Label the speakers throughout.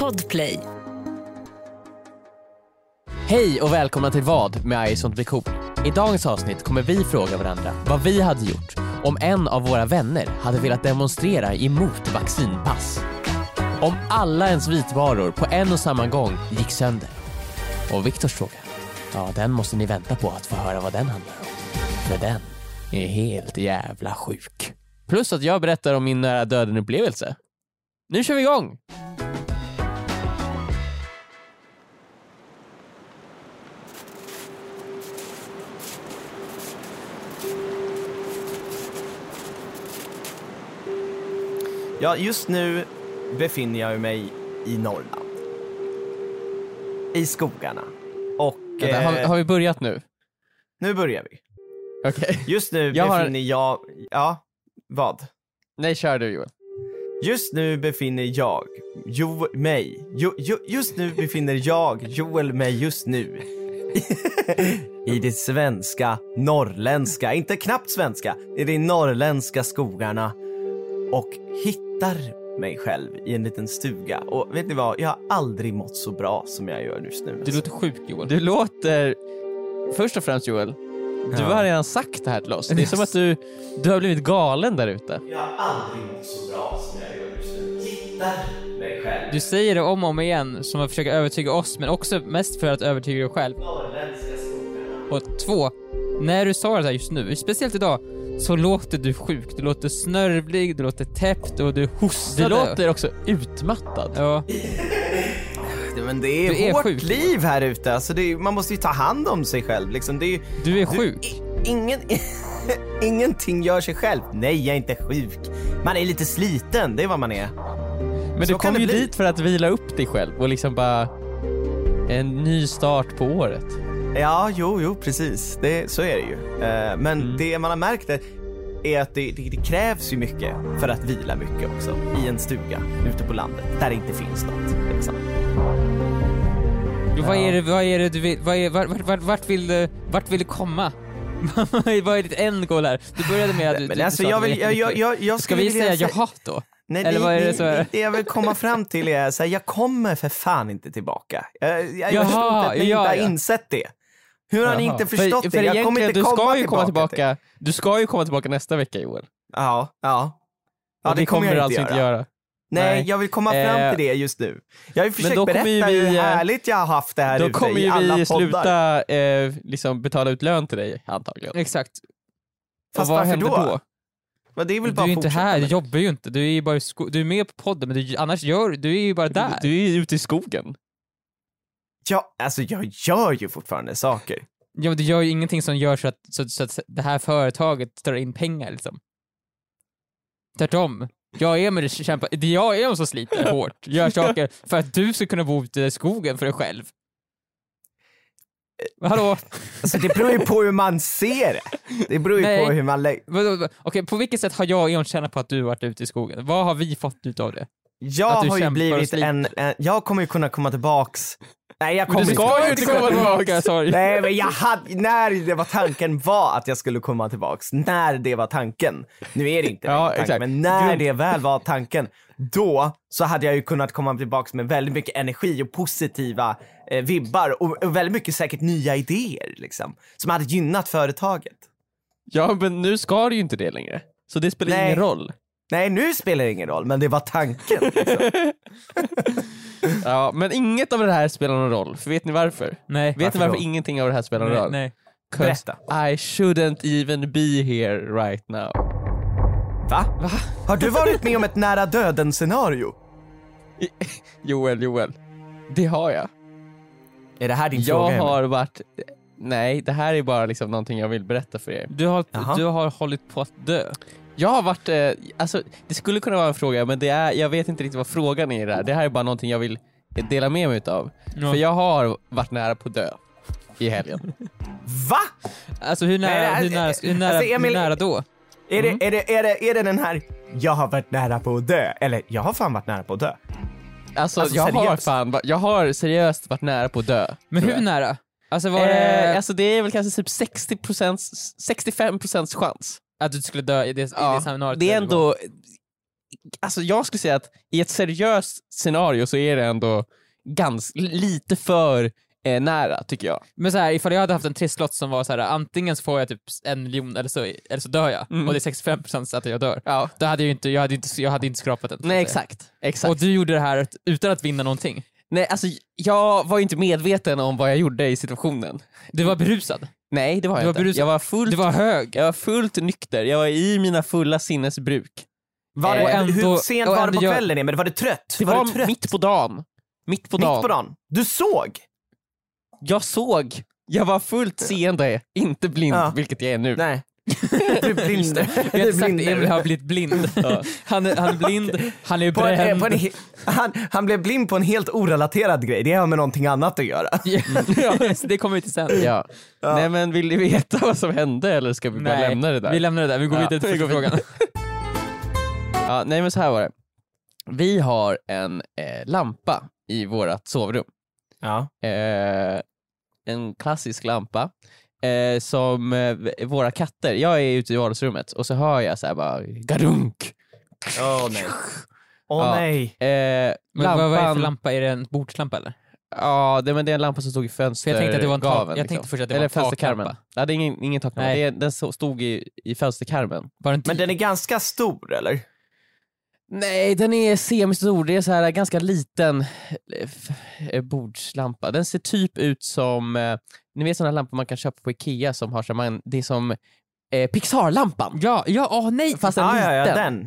Speaker 1: Podplay.
Speaker 2: Hej och välkomna till Vad med I sånt blir cool. I dagens avsnitt kommer vi fråga varandra vad vi hade gjort om en av våra vänner hade velat demonstrera emot vaccinpass. Om alla ens vitvaror på en och samma gång gick sönder. Och Viktors fråga, ja, den måste ni vänta på att få höra vad den handlar om. För den är helt jävla sjuk. Plus att jag berättar om min nära döden upplevelse. Nu kör vi igång!
Speaker 3: Ja, just nu befinner jag mig i Norrland. I skogarna. Och
Speaker 2: har vi börjat nu?
Speaker 3: Nu börjar vi.
Speaker 2: Okej.
Speaker 3: Just nu befinner jag... Ja, vad?
Speaker 2: Nej, kör du Joel.
Speaker 3: Just nu befinner jag... Just nu befinner jag Joel mig just nu i det svenska, norrländska, inte knappt svenska, i de norrländska skogarna och hittar mig själv i en liten stuga. Och vet ni vad? Jag har aldrig mått så bra som jag gör just nu.
Speaker 2: Du låter sjuk, Joel. Du låter... Först och främst, Joel, du har redan sagt det här till oss. Det är som att du har blivit galen där ute.
Speaker 3: Jag har aldrig mått så bra som jag gör just nu. Hittar mig själv.
Speaker 4: Du säger det om och om igen som att försöka övertyga oss, men också mest för att övertyga dig själv.
Speaker 3: Norrländska skogarna.
Speaker 4: Och 2, när du sa det här just nu, speciellt idag, så låter du sjuk. Du låter snörvlig, du låter täppt och du hostar.
Speaker 2: Du låter också utmattad.
Speaker 4: Ja.
Speaker 3: Men det är vårt liv här ute. Alltså man måste ju ta hand om sig själv liksom.
Speaker 4: Du är sjuk.
Speaker 3: Ingenting gör sig själv. Nej, jag är inte sjuk. Man är lite sliten, det är vad man är.
Speaker 2: Men du kom ju dit för att vila upp dig själv och liksom bara en ny start på året.
Speaker 3: Ja, jo, precis. Så är det ju. Men det man har märkt är att det krävs ju mycket för att vila mycket också. I en stuga ute på landet där det inte finns något liksom.
Speaker 4: Jo, vad är det du vill, vart vill du komma? Vad är ditt endgoal här? Du började med att du
Speaker 3: alltså, jag
Speaker 4: ska vi säga jaha då?
Speaker 3: Nej,
Speaker 4: eller vad är det så här?
Speaker 3: Det jag vill komma fram till är så här, jag kommer för fan inte tillbaka. Jag förstår inte att ni inte har insett det. Hur har ni inte förstått det? Jag kommer inte komma tillbaka.
Speaker 2: Du ska ju komma tillbaka nästa vecka, Joel.
Speaker 3: Ja,
Speaker 2: det kommer jag alltså inte göra.
Speaker 3: Nej, jag vill komma fram till det just nu. Jag har ju försökt berätta hur härligt jag har haft det här
Speaker 2: då
Speaker 3: ute
Speaker 2: kommer
Speaker 3: i alla
Speaker 2: vi
Speaker 3: poddar.
Speaker 2: sluta liksom betala ut lön till dig, antagligen.
Speaker 4: Exakt.
Speaker 3: Fast
Speaker 4: vad
Speaker 3: varför
Speaker 4: händer då?
Speaker 3: Men det är väl
Speaker 4: du
Speaker 3: bara
Speaker 4: är inte här,
Speaker 3: med.
Speaker 4: du jobbar ju inte. Du är ju bara du är med på podden, men annars du är ju bara där.
Speaker 2: Du är ju ute i skogen.
Speaker 3: Ja, alltså jag gör ju fortfarande saker.
Speaker 4: Ja, men du gör ju ingenting som gör så att det här företaget drar in pengar liksom. Tvärtom. Jag är de som sliter hårt. Gör saker för att du ska kunna bo ute i skogen för dig själv. Hallå?
Speaker 3: Alltså det beror ju på hur man ser det. Det beror ju på hur man
Speaker 4: Okej, på vilket sätt har jag och Eon tjänat på att du har varit ute i skogen? Vad har vi fått ut av det?
Speaker 3: Jag har ju blivit jag kommer ju kunna komma tillbaks. Nej, jag kommer
Speaker 2: ju inte komma tillbaka, sorry.
Speaker 3: Nej, men när det var tanken var att jag skulle komma tillbaks. När det var tanken. Nu är det inte tanken, men när det väl var tanken, då så hade jag ju kunnat komma tillbaks med väldigt mycket energi och positiva vibbar och väldigt mycket säkert nya idéer liksom, som hade gynnat företaget.
Speaker 2: Ja, men nu ska det ju inte det längre. Så det spelar ingen roll.
Speaker 3: Nej, nu spelar det ingen roll, men det var tanken liksom.
Speaker 2: Ja, men inget av det här spelar någon roll. För vet ni varför?
Speaker 4: Nej.
Speaker 2: Vet ni varför ingenting av det här spelar någon roll?
Speaker 4: Nej.
Speaker 3: Berätta.
Speaker 2: I shouldn't even be here right now.
Speaker 3: Va? Har du varit med om ett nära döden scenario?
Speaker 2: Joel. Det har jag.
Speaker 3: Är det här din fråga?
Speaker 2: Jag har varit... Nej, det här är bara liksom någonting jag vill berätta för er.
Speaker 4: Du har hållit på att dö.
Speaker 2: Jag har varit... alltså, det skulle kunna vara en fråga, men jag vet inte riktigt vad frågan är det här. Det här är bara någonting jag vill dela med mig utav. Ja. För jag har varit nära på att dö i helgen.
Speaker 3: Va?
Speaker 4: Alltså hur nära då?
Speaker 3: Är det den här jag har varit nära på att dö? Eller jag har fan varit nära på att dö?
Speaker 2: Alltså jag har seriöst varit nära på att dö.
Speaker 4: Men hur nära?
Speaker 2: Alltså det är väl kanske typ 65% chans
Speaker 4: att du skulle dö i det seminariet.
Speaker 2: Det är ändå alltså jag skulle säga att i ett seriöst scenario så är det ändå ganska lite för nära, tycker jag.
Speaker 4: Men så här, ifall jag hade haft en trisslott som var så här, antingen så får jag typ 1 miljon eller så dör jag, och det är 65% att jag dör. Ja. Då hade jag hade inte skrapat den.
Speaker 2: Nej, exakt.
Speaker 4: Och du gjorde det här utan att vinna någonting.
Speaker 2: Nej, alltså jag var ju inte medveten om vad jag gjorde i situationen.
Speaker 4: Du var berusad.
Speaker 2: Nej, det var jag inte.
Speaker 4: Berusad.
Speaker 2: Du var hög. Jag var fullt nykter. Jag var i mina fulla sinnesbruk.
Speaker 3: Hur sent var det på kvällen? Men var det trött?
Speaker 2: Det var trött? Mitt på dagen. Mitt på dagen. Du såg? Jag såg. Jag var fullt seende, inte blind, vilket jag är nu.
Speaker 3: Nej. Du är blind.
Speaker 4: Vi har sagt att Emil har blivit blind. Han är blind, han är bränd.
Speaker 3: Han blev blind på en helt orelaterad grej. Det har med någonting annat att göra.
Speaker 4: Det kommer vi till sen.
Speaker 2: Ja. Nej, men vill ni veta vad som hände, eller ska vi bara lämna det där?
Speaker 4: Vi lämnar det där, vi går vidare till frågan.
Speaker 2: Nej, men så här var det. Vi har en lampa i vårat sovrum.
Speaker 3: Ja.
Speaker 2: En klassisk lampa. Som våra katter. Jag är ute i vardagsrummet och så hör jag så här bara gadunk.
Speaker 3: Nej. Nej.
Speaker 4: Vad är det för lampa? Är det en bordslampa eller?
Speaker 2: Ja, det är en lampa som stod i fönstergaveln.
Speaker 4: Jag tänkte först att det var en taklampa.
Speaker 2: Ja, det är ingen taklampa. Den stod i fönsterkarmen.
Speaker 3: Men den är ganska stor, eller?
Speaker 2: Nej, den är semistor. Det är så här ganska liten bordslampa. Den ser typ ut som ni vet sådana lampor man kan köpa på Ikea som har så det är som Pixar-lampan.
Speaker 4: Nej.
Speaker 2: Fast en liten.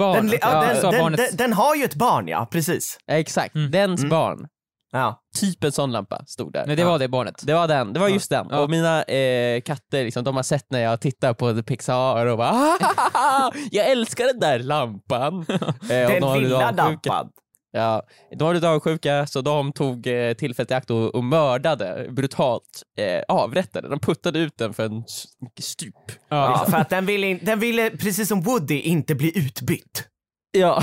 Speaker 3: Den har ju ett barn, ja, precis.
Speaker 2: Exakt, dens barn.
Speaker 3: Ja.
Speaker 2: Typ en sån lampa stod där.
Speaker 4: Nej, det var det barnet.
Speaker 2: Det var den, det var just den. Och mina katter liksom, de har sett när jag tittar på The Pixar och bara jag älskar den där lampan.
Speaker 3: Den lilla lampan.
Speaker 2: Ja, de var lite avsjuka så de tog tillfället i akt och mördade brutalt, avrättade. De puttade ut den för en stup.
Speaker 3: Ja, för att den ville precis som Woody inte bli utbytt.
Speaker 2: Ja.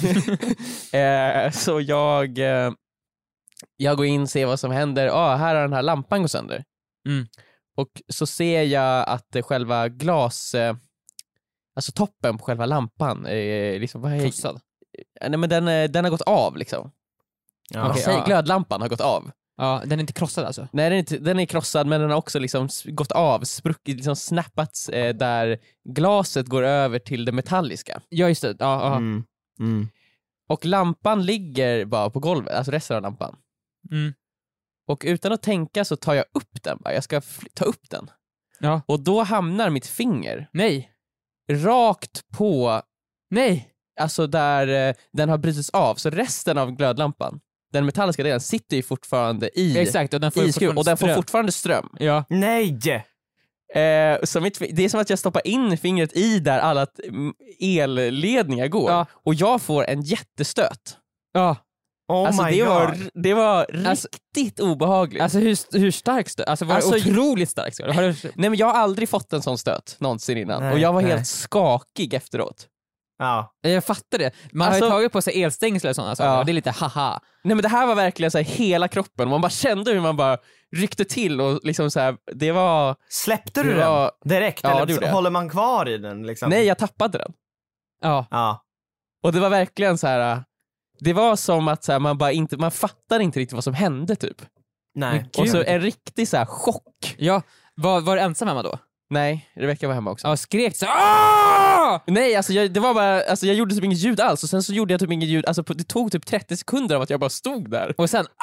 Speaker 2: Så jag går in och ser vad som händer. Här har den här lampan gått sönder. Och så ser jag att själva alltså toppen på själva lampan liksom, vad är
Speaker 4: krossad.
Speaker 2: Nej, men den har gått av liksom. Glödlampan har gått av.
Speaker 4: Ja, den är inte krossad alltså?
Speaker 2: Nej, den är krossad, men den har också liksom gått av, spruckit, liksom snappats där glaset går över till det metalliska.
Speaker 4: Ja, just det.
Speaker 2: Och lampan ligger bara på golvet, alltså resten av lampan. Och utan att tänka så tar jag upp den bara. Jag ska ta upp den.
Speaker 4: Ja.
Speaker 2: Och då hamnar mitt finger rakt på alltså där den har brutits av. Så resten av glödlampan, den metalliska delen, sitter ju fortfarande i.
Speaker 4: Exakt, och den får
Speaker 2: fortfarande ström.
Speaker 4: Ja.
Speaker 3: Nej!
Speaker 2: Så det är som att jag stoppar in fingret i där alla elledningar går. Och jag får en jättestöt.
Speaker 4: Ja.
Speaker 2: Alltså det var riktigt obehagligt.
Speaker 4: Alltså hur stark stöt? Alltså var det otroligt stark stöt?
Speaker 2: Nej, men jag har aldrig fått en sån stöt någonsin innan. Och jag var helt skakig efteråt.
Speaker 3: Ja.
Speaker 4: Jag fattar det. Man har ju tagit på sig elstängsel och sådana saker. Och det är lite haha.
Speaker 2: Nej, men det här var verkligen så här hela kroppen. Man bara kände hur man bara ryckte till och liksom så här, det var...
Speaker 3: Släppte du den direkt? Eller håller man kvar i den liksom?
Speaker 2: Nej, jag tappade den.
Speaker 4: Ja.
Speaker 2: Och det var verkligen så här. Det var som att så här, man fattar inte riktigt vad som hände typ.
Speaker 3: Nej.
Speaker 2: Och så en riktig så här chock.
Speaker 4: Ja, var du ensam hemma då?
Speaker 2: Nej, Rebecca var hemma också.
Speaker 4: Ja, skrek så.
Speaker 2: Nej, alltså det var bara, alltså jag gjorde typ inget ljud alls. Och sen så gjorde jag typ inget ljud, alltså det tog typ 30 sekunder av att jag bara stod där.
Speaker 4: Och sen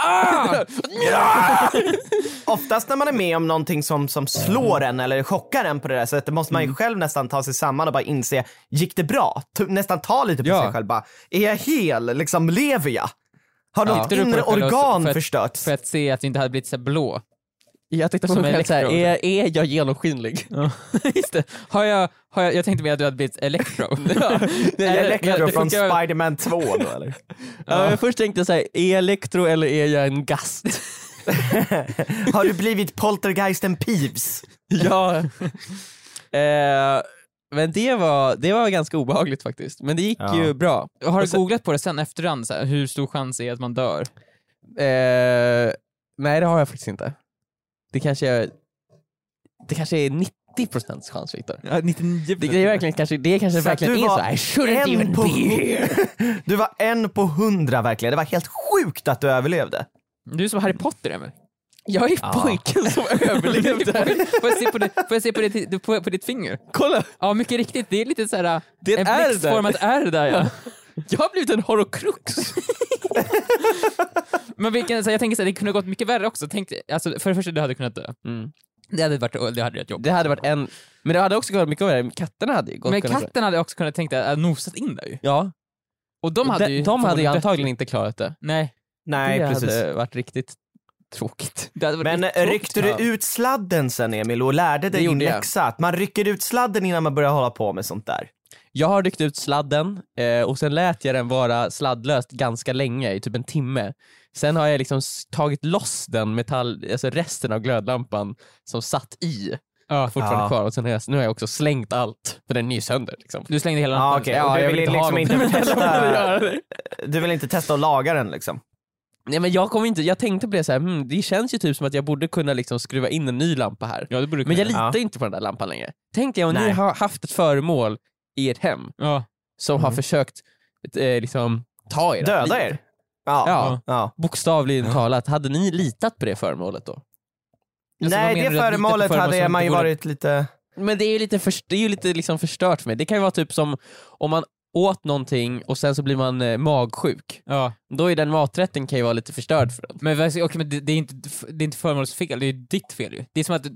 Speaker 3: Oftast när man är med om någonting som slår en eller chockar en på det där sättet, måste man ju själv nästan ta sig samman och bara inse, gick det bra? Nästan ta lite på sig själv bara, är jag hel? Liksom, lever jag? Har något inre organ förstört?
Speaker 4: För att se att det inte hade blivit så blå.
Speaker 2: Jag tänkte på mig själv såhär, är jag genomskinlig?
Speaker 4: Ja, just det. Jag tänkte mer att du hade blivit Electro.
Speaker 3: Electro från Spider-Man 2 då, eller?
Speaker 2: Ja, jag först tänkte såhär, är jag Electro eller är jag en gast?
Speaker 3: Har du blivit Poltergeisten Peeves?
Speaker 2: Ja. Men det var ganska obehagligt faktiskt. Men det gick ju bra.
Speaker 4: Har du googlat på det sen efterhand, så här, hur stor chans är att man dör? Nej,
Speaker 2: det har jag faktiskt inte. Det kanske är 90% chans, Viktor.
Speaker 4: Ja, 99%.
Speaker 2: Det är verkligen kanske
Speaker 3: Så
Speaker 2: verkligen är så. I shouldn't even be here.
Speaker 3: Du var 1 på 100 verkligen. Det var helt sjukt att du överlevde.
Speaker 4: Du är som Harry Potter, Emil.
Speaker 2: Jag är pojken som överlevde.
Speaker 4: Får jag se på ditt finger?
Speaker 2: Kolla.
Speaker 4: Ja, mycket riktigt. Det är lite så här
Speaker 2: det är
Speaker 4: en blixtformat är där, ja.
Speaker 2: Jag har blivit en horocrux.
Speaker 4: Men jag tänker så här, det kunde gått mycket värre också. Alltså, för det första, du hade kunnat dö. Det hade varit jobb.
Speaker 2: Det hade varit men det hade också gått mycket värre. Katterna hade ju gått.
Speaker 4: Men katten hade också kunnat tänkt att nosat in där ju.
Speaker 2: Ja.
Speaker 4: Och de hade ju
Speaker 2: antagligen inte klarat det.
Speaker 4: Nej,
Speaker 3: det
Speaker 2: precis. Hade varit riktigt tråkigt.
Speaker 3: Men ryckte du ut sladden sen, Emil, och lärde dig din läxa? Att man rycker ut sladden innan man börjar hålla på med sånt där.
Speaker 2: Jag har ryckt ut sladden och sen lät jag den vara sladdlöst ganska länge, i typ en timme. Sen har jag liksom tagit loss den alltså resten av glödlampan som satt i. Fortfarande kvar, och sen nu har jag också slängt allt, för den är ju sönder liksom.
Speaker 4: Du slängde hela lampan?
Speaker 3: Okay. Ja, jag vill liksom inte testa. Du vill inte testa att laga den liksom?
Speaker 2: Nej, men jag tänkte på det så här, det känns ju typ som att jag borde kunna liksom skruva in en ny lampa här.
Speaker 4: Ja, men
Speaker 2: jag litar inte på den där lampan längre. Tänk dig om ni har haft ett föremål i ert hem som har försökt liksom ta er
Speaker 3: döda
Speaker 2: liv.
Speaker 3: Er?
Speaker 2: Ja. Bokstavligt talat, hade ni litat på det föremålet då?
Speaker 3: Alltså, nej, det föremålet hade man ju varit lite...
Speaker 2: Men det är ju lite liksom förstört för mig. Det kan ju vara typ som om man åt någonting och sen så blir man magsjuk. Ja. Då är den maträtten kan ju vara lite förstörd för den.
Speaker 4: Men det är inte föremålets fel, det är ditt fel ju. Det är som att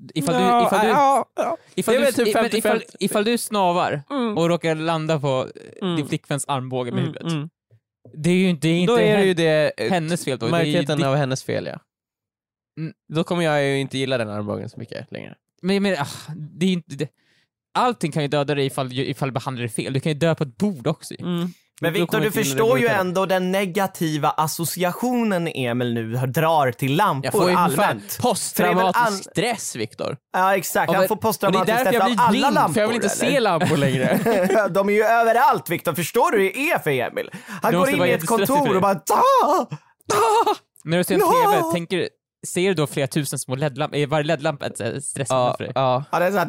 Speaker 4: ifall du snavar och råkar landa på din flickväns armbåge med huvudet. Det är ju inte
Speaker 2: då är det ju det
Speaker 4: hennes fel då.
Speaker 2: Majoriteten av hennes fel, ja. Då kommer jag ju inte gilla den armbågen så mycket längre.
Speaker 4: Men det är inte allting kan ju döda dig ifall du behandlar det fel. Du kan ju dö på ett bord också.
Speaker 3: Men Viktor, du förstår ju ändå den negativa associationen Emil nu drar till lampor allmänt.
Speaker 2: Posttraumatisk stress, Viktor.
Speaker 3: Ja, exakt. Han får posttraumatisk stress av alla lampor.
Speaker 2: För jag vill inte se lampor längre.
Speaker 3: De är ju överallt, Viktor. Förstår du hur det är för Emil? Han går in i ett kontor och bara...
Speaker 4: När du ser en TV, ser du då flera tusen små LED-lampor? Är varje LED-lampa ett stressmoment för dig?
Speaker 3: Ja, det är så här...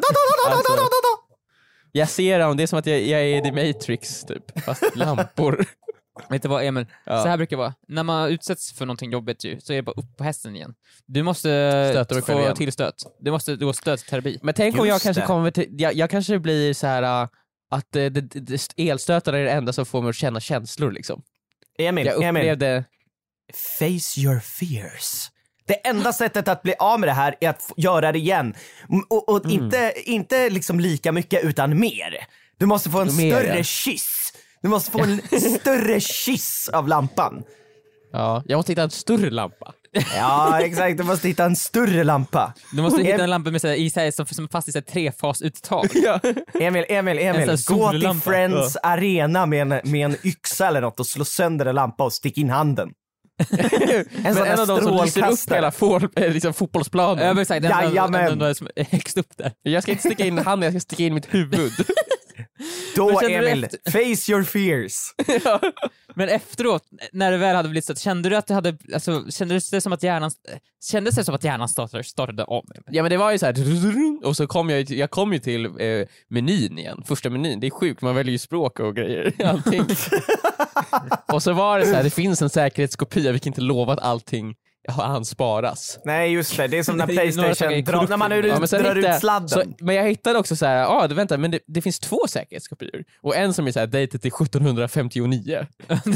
Speaker 2: Jag ser dem, det är som att jag är The Matrix typ, fast lampor.
Speaker 4: Vet du vad, Emil? Så här brukar det vara. När man utsätts för någonting jobbigt ju, så är det bara upp på hästen igen. Du måste få tillstöt. Du måste gå stötterapi.
Speaker 2: Men tänk om jag kanske kommer till... Jag kanske blir så här att elstötarna är det enda som får mig att känna känslor liksom.
Speaker 3: Emil,
Speaker 2: jag upplevde...
Speaker 3: Face your fears. Det enda sättet att bli av med det här är att göra det igen. Och inte liksom lika mycket utan mer. Du måste få en större kyss. Du måste få en större kyss av lampan.
Speaker 2: Ja, jag måste hitta en större lampa.
Speaker 3: Ja, exakt. Du måste hitta en större lampa.
Speaker 4: Du måste hitta en lampa med som fast i trefasuttag.
Speaker 3: Ja. Emil, gå till Friends Arena med en yxa eller något och slå sönder en lampa och stick in handen.
Speaker 2: En av de som lyser upp hela liksom fotbollsplanen.
Speaker 4: Exakt, den som är högst upp där.
Speaker 2: Jag ska inte sticka in handen, jag ska sticka in mitt huvud.
Speaker 3: Då Emil, face your fears.
Speaker 4: Ja. Men efteråt, när det väl hade blivit så, kände du att det hade, alltså, kändes det som att hjärnan startade om?
Speaker 2: Ja, men det var ju så här, och så kom jag kom ju till menyn igen, första menyn. Det är sjukt, man väljer ju språk och grejer, allting. Och så var det så här, det finns en säkerhetskopia, vi kan inte lova att allting han sparas.
Speaker 3: Nej, just det. Det är som när PlayStation drar, när man drar ut sladden.
Speaker 2: Så, men jag hittade också så här, vänta, men det finns 2 säkerhetskopior. Och en som är så här dated till 1759.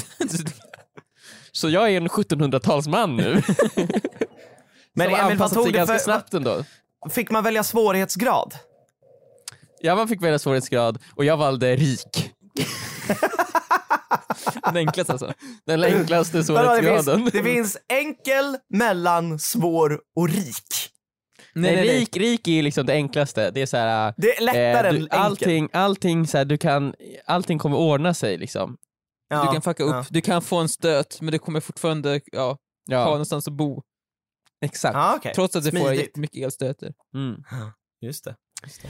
Speaker 2: Så jag är en 1700-talsman nu.
Speaker 3: Men Emil, vad tog det
Speaker 2: ganska snabbt ändå.
Speaker 3: Fick man välja svårighetsgrad?
Speaker 2: Ja, man fick välja svårighetsgrad och jag valde rik.
Speaker 4: Den enklaste alltså.
Speaker 2: Den enklaste svårighetsgraden.
Speaker 3: Det finns enkel, mellan, svår och rik.
Speaker 2: Nej. Rik är liksom det enklaste. Det är så här,
Speaker 3: det är lättare än enkel.
Speaker 2: Allting så här, allting kommer ordna sig liksom.
Speaker 4: Ja, du kan fucka upp, du kan få en stöt, men du kommer fortfarande ha någonstans att bo.
Speaker 2: Exakt.
Speaker 3: Okay.
Speaker 4: Trots att du får jättemycket elstöter.
Speaker 3: Just det.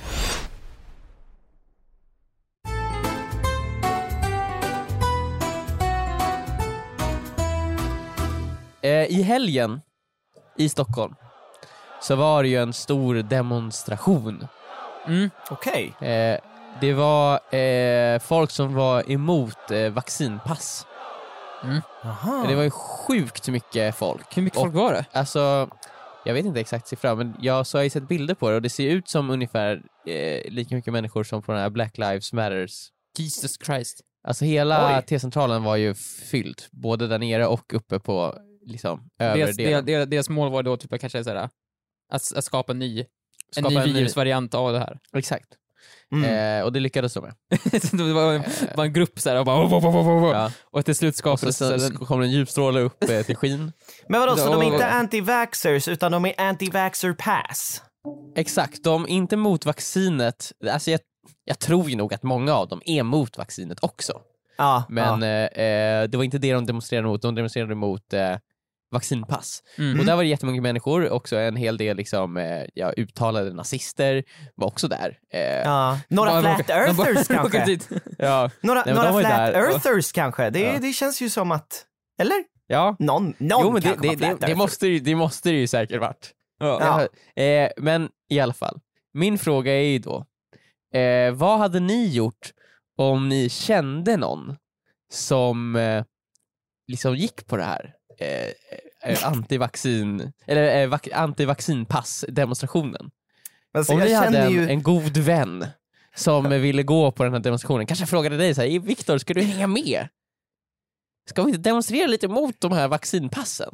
Speaker 2: I helgen i Stockholm så var det ju en stor demonstration
Speaker 3: Okej.
Speaker 2: Det var folk som var emot vaccinpass.
Speaker 3: Aha.
Speaker 2: Det var ju sjukt mycket folk.
Speaker 4: Hur mycket folk var det?
Speaker 2: Alltså, jag vet inte exakt siffra, men jag har ju sett bilder på det och det ser ut som ungefär lika mycket människor som på den här Black Lives Matters.
Speaker 4: Jesus Christ.
Speaker 2: Alltså hela T-centralen var ju fylld, både där nere och uppe på liksom
Speaker 4: deras mål var då typ kanske såhär, att skapa en ny virusvariant av det här.
Speaker 2: Exakt. Och det lyckades de med.
Speaker 4: Det var en grupp såhär och bara och till slut skapades
Speaker 2: så kom en djupstråle upp till skinn.
Speaker 3: Men vadå, så de är inte anti-vaxxers utan de är anti-vaxxer pass?
Speaker 2: Exakt, de är inte mot vaccinet. Alltså jag tror ju nog att många av dem är mot vaccinet också. Men det var inte det de demonstrerade mot. De demonstrerade mot vaccinpass. Och där var det jättemånga människor, också en hel del liksom, uttalade nazister var också där.
Speaker 3: Några flat earthers kanske. Några flat earthers kanske. Det känns ju som att, eller?
Speaker 2: Ja.
Speaker 3: Någon
Speaker 2: jo, men det måste det ju säkert varit. Men i alla fall, min fråga är ju då, vad hade ni gjort om ni kände någon som liksom gick på det här antivaccin eller antivaccinpass demonstrationen? Alltså, om ni hade en god vän som ville gå på den här demonstrationen, kanske frågade dig så här: Viktor, ska du hänga med? Ska vi inte demonstrera lite mot de här vaccinpassen?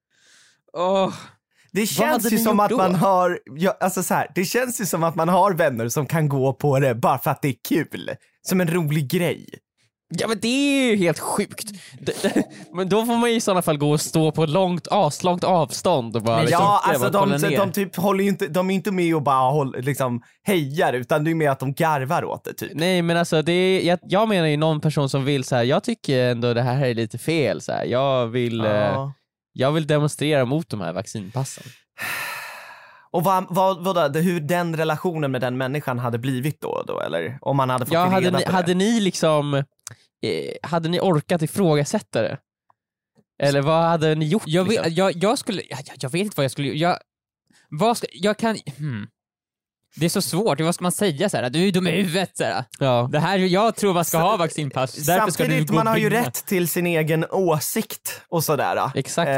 Speaker 3: Det känns ju som att man har det känns ju som att man har vänner som kan gå på det bara för att det är kul, som en rolig grej.
Speaker 2: Ja, men det är ju helt sjukt. Men då får man ju i sådana fall gå och stå på ett långt avstånd och bara
Speaker 3: de typ håller ju inte, de är inte med och bara liksom hejar, utan det är med att de garvar åt det typ.
Speaker 2: Nej, men alltså jag menar ju någon person som vill så här, jag tycker ändå det här är lite fel så här. Jag vill demonstrera mot de här vaccinpassen.
Speaker 3: Och hur den relationen med den människan hade blivit då eller om man hade fått reda på det?
Speaker 2: Hade ni liksom hade ni orkat ifrågasätta det? Eller vad hade ni gjort?
Speaker 4: Jag vet inte vad jag skulle Det är så svårt. Vad ska man säga så här? Du är dum i huvudet så här. Ja. Det här, jag tror man ska ha vaccinpass. Därför ska
Speaker 3: samtidigt, man har ju rätt till sin egen åsikt och sådär.
Speaker 2: Exakt.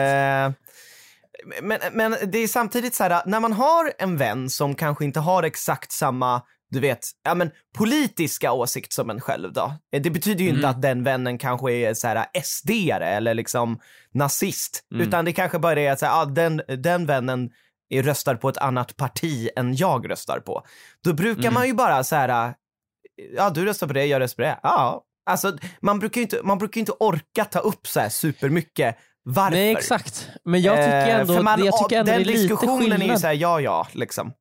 Speaker 3: Men det är samtidigt så här, när man har en vän som kanske inte har exakt samma, du vet, politiska åsikt som en själv då. Det betyder ju inte att den vännen kanske är så här SD-are eller liksom nazist, utan det kanske bara är att så här, den vännen röstar på ett annat parti än jag röstar på. Då brukar man ju bara så här, du röstar på det, jag röstar på det. Ja, alltså man brukar ju inte orka ta upp så här supermycket varför.
Speaker 2: Nej, exakt. Men jag tycker ändå, jag tycker ändå
Speaker 3: den
Speaker 2: det är lite
Speaker 3: diskussionen
Speaker 2: skillnad.
Speaker 3: är ju så här, liksom.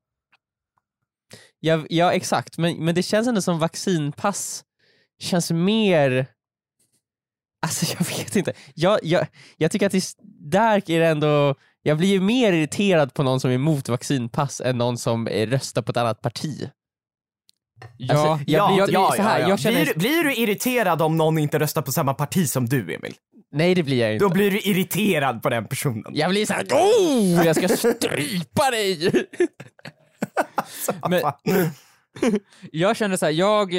Speaker 2: Ja, exakt. Men det känns ändå som vaccinpass känns mer... Alltså jag vet inte. Jag tycker att där är det ändå... Jag blir ju mer irriterad på någon som är emot vaccinpass än någon som röstar på ett annat parti.
Speaker 3: Blir du irriterad om någon inte röstar på samma parti som du, Emil?
Speaker 2: Nej, det blir jag inte.
Speaker 3: Då blir du irriterad på den personen.
Speaker 2: Jag blir så här, jag ska strypa dig.
Speaker 4: Men, jag känner så här,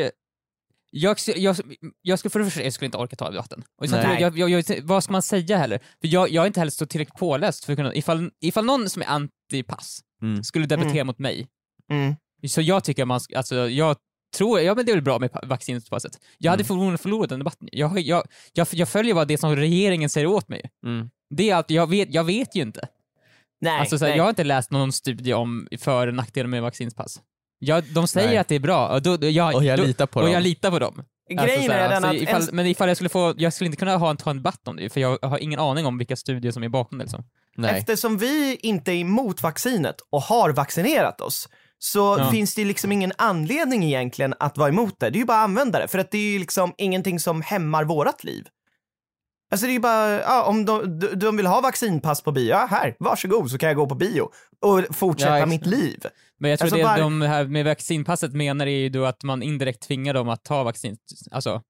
Speaker 4: jag skulle för det första, jag skulle inte orka ta debatten. Och vad ska man säga heller? För jag är inte heller så tillräckligt påläst för att kunna, ifall någon som är antipass skulle debattera mot mig. Så jag tycker men det är väl bra med vaccinpasset. Jag hade förlorat den debatten. Jag följer bara det som regeringen säger åt mig. Det är att jag vet ju inte.
Speaker 3: Nej,
Speaker 4: alltså, så här, jag har inte läst någon studie om för- och nackdelar med vaccinpass. De säger att det är bra och jag litar på dem.
Speaker 3: Grejen är den att
Speaker 4: men ifall jag skulle inte kunna ta en debatt om det, för jag har ingen aning om vilka studier som är bakom det liksom.
Speaker 3: Nej. Eftersom vi inte är emot vaccinet och har vaccinerat oss, så finns det liksom ingen anledning egentligen att vara emot det. Det är ju bara att använda det, för att det är ju liksom ingenting som hämmar vårat liv. Alltså det är ju bara, om de vill ha vaccinpass på bio, här, varsågod, så kan jag gå på bio och fortsätta mitt liv.
Speaker 4: Men jag tror alltså de här med vaccinpasset menar är ju då att man indirekt tvingar dem att ta vaccin. Alltså,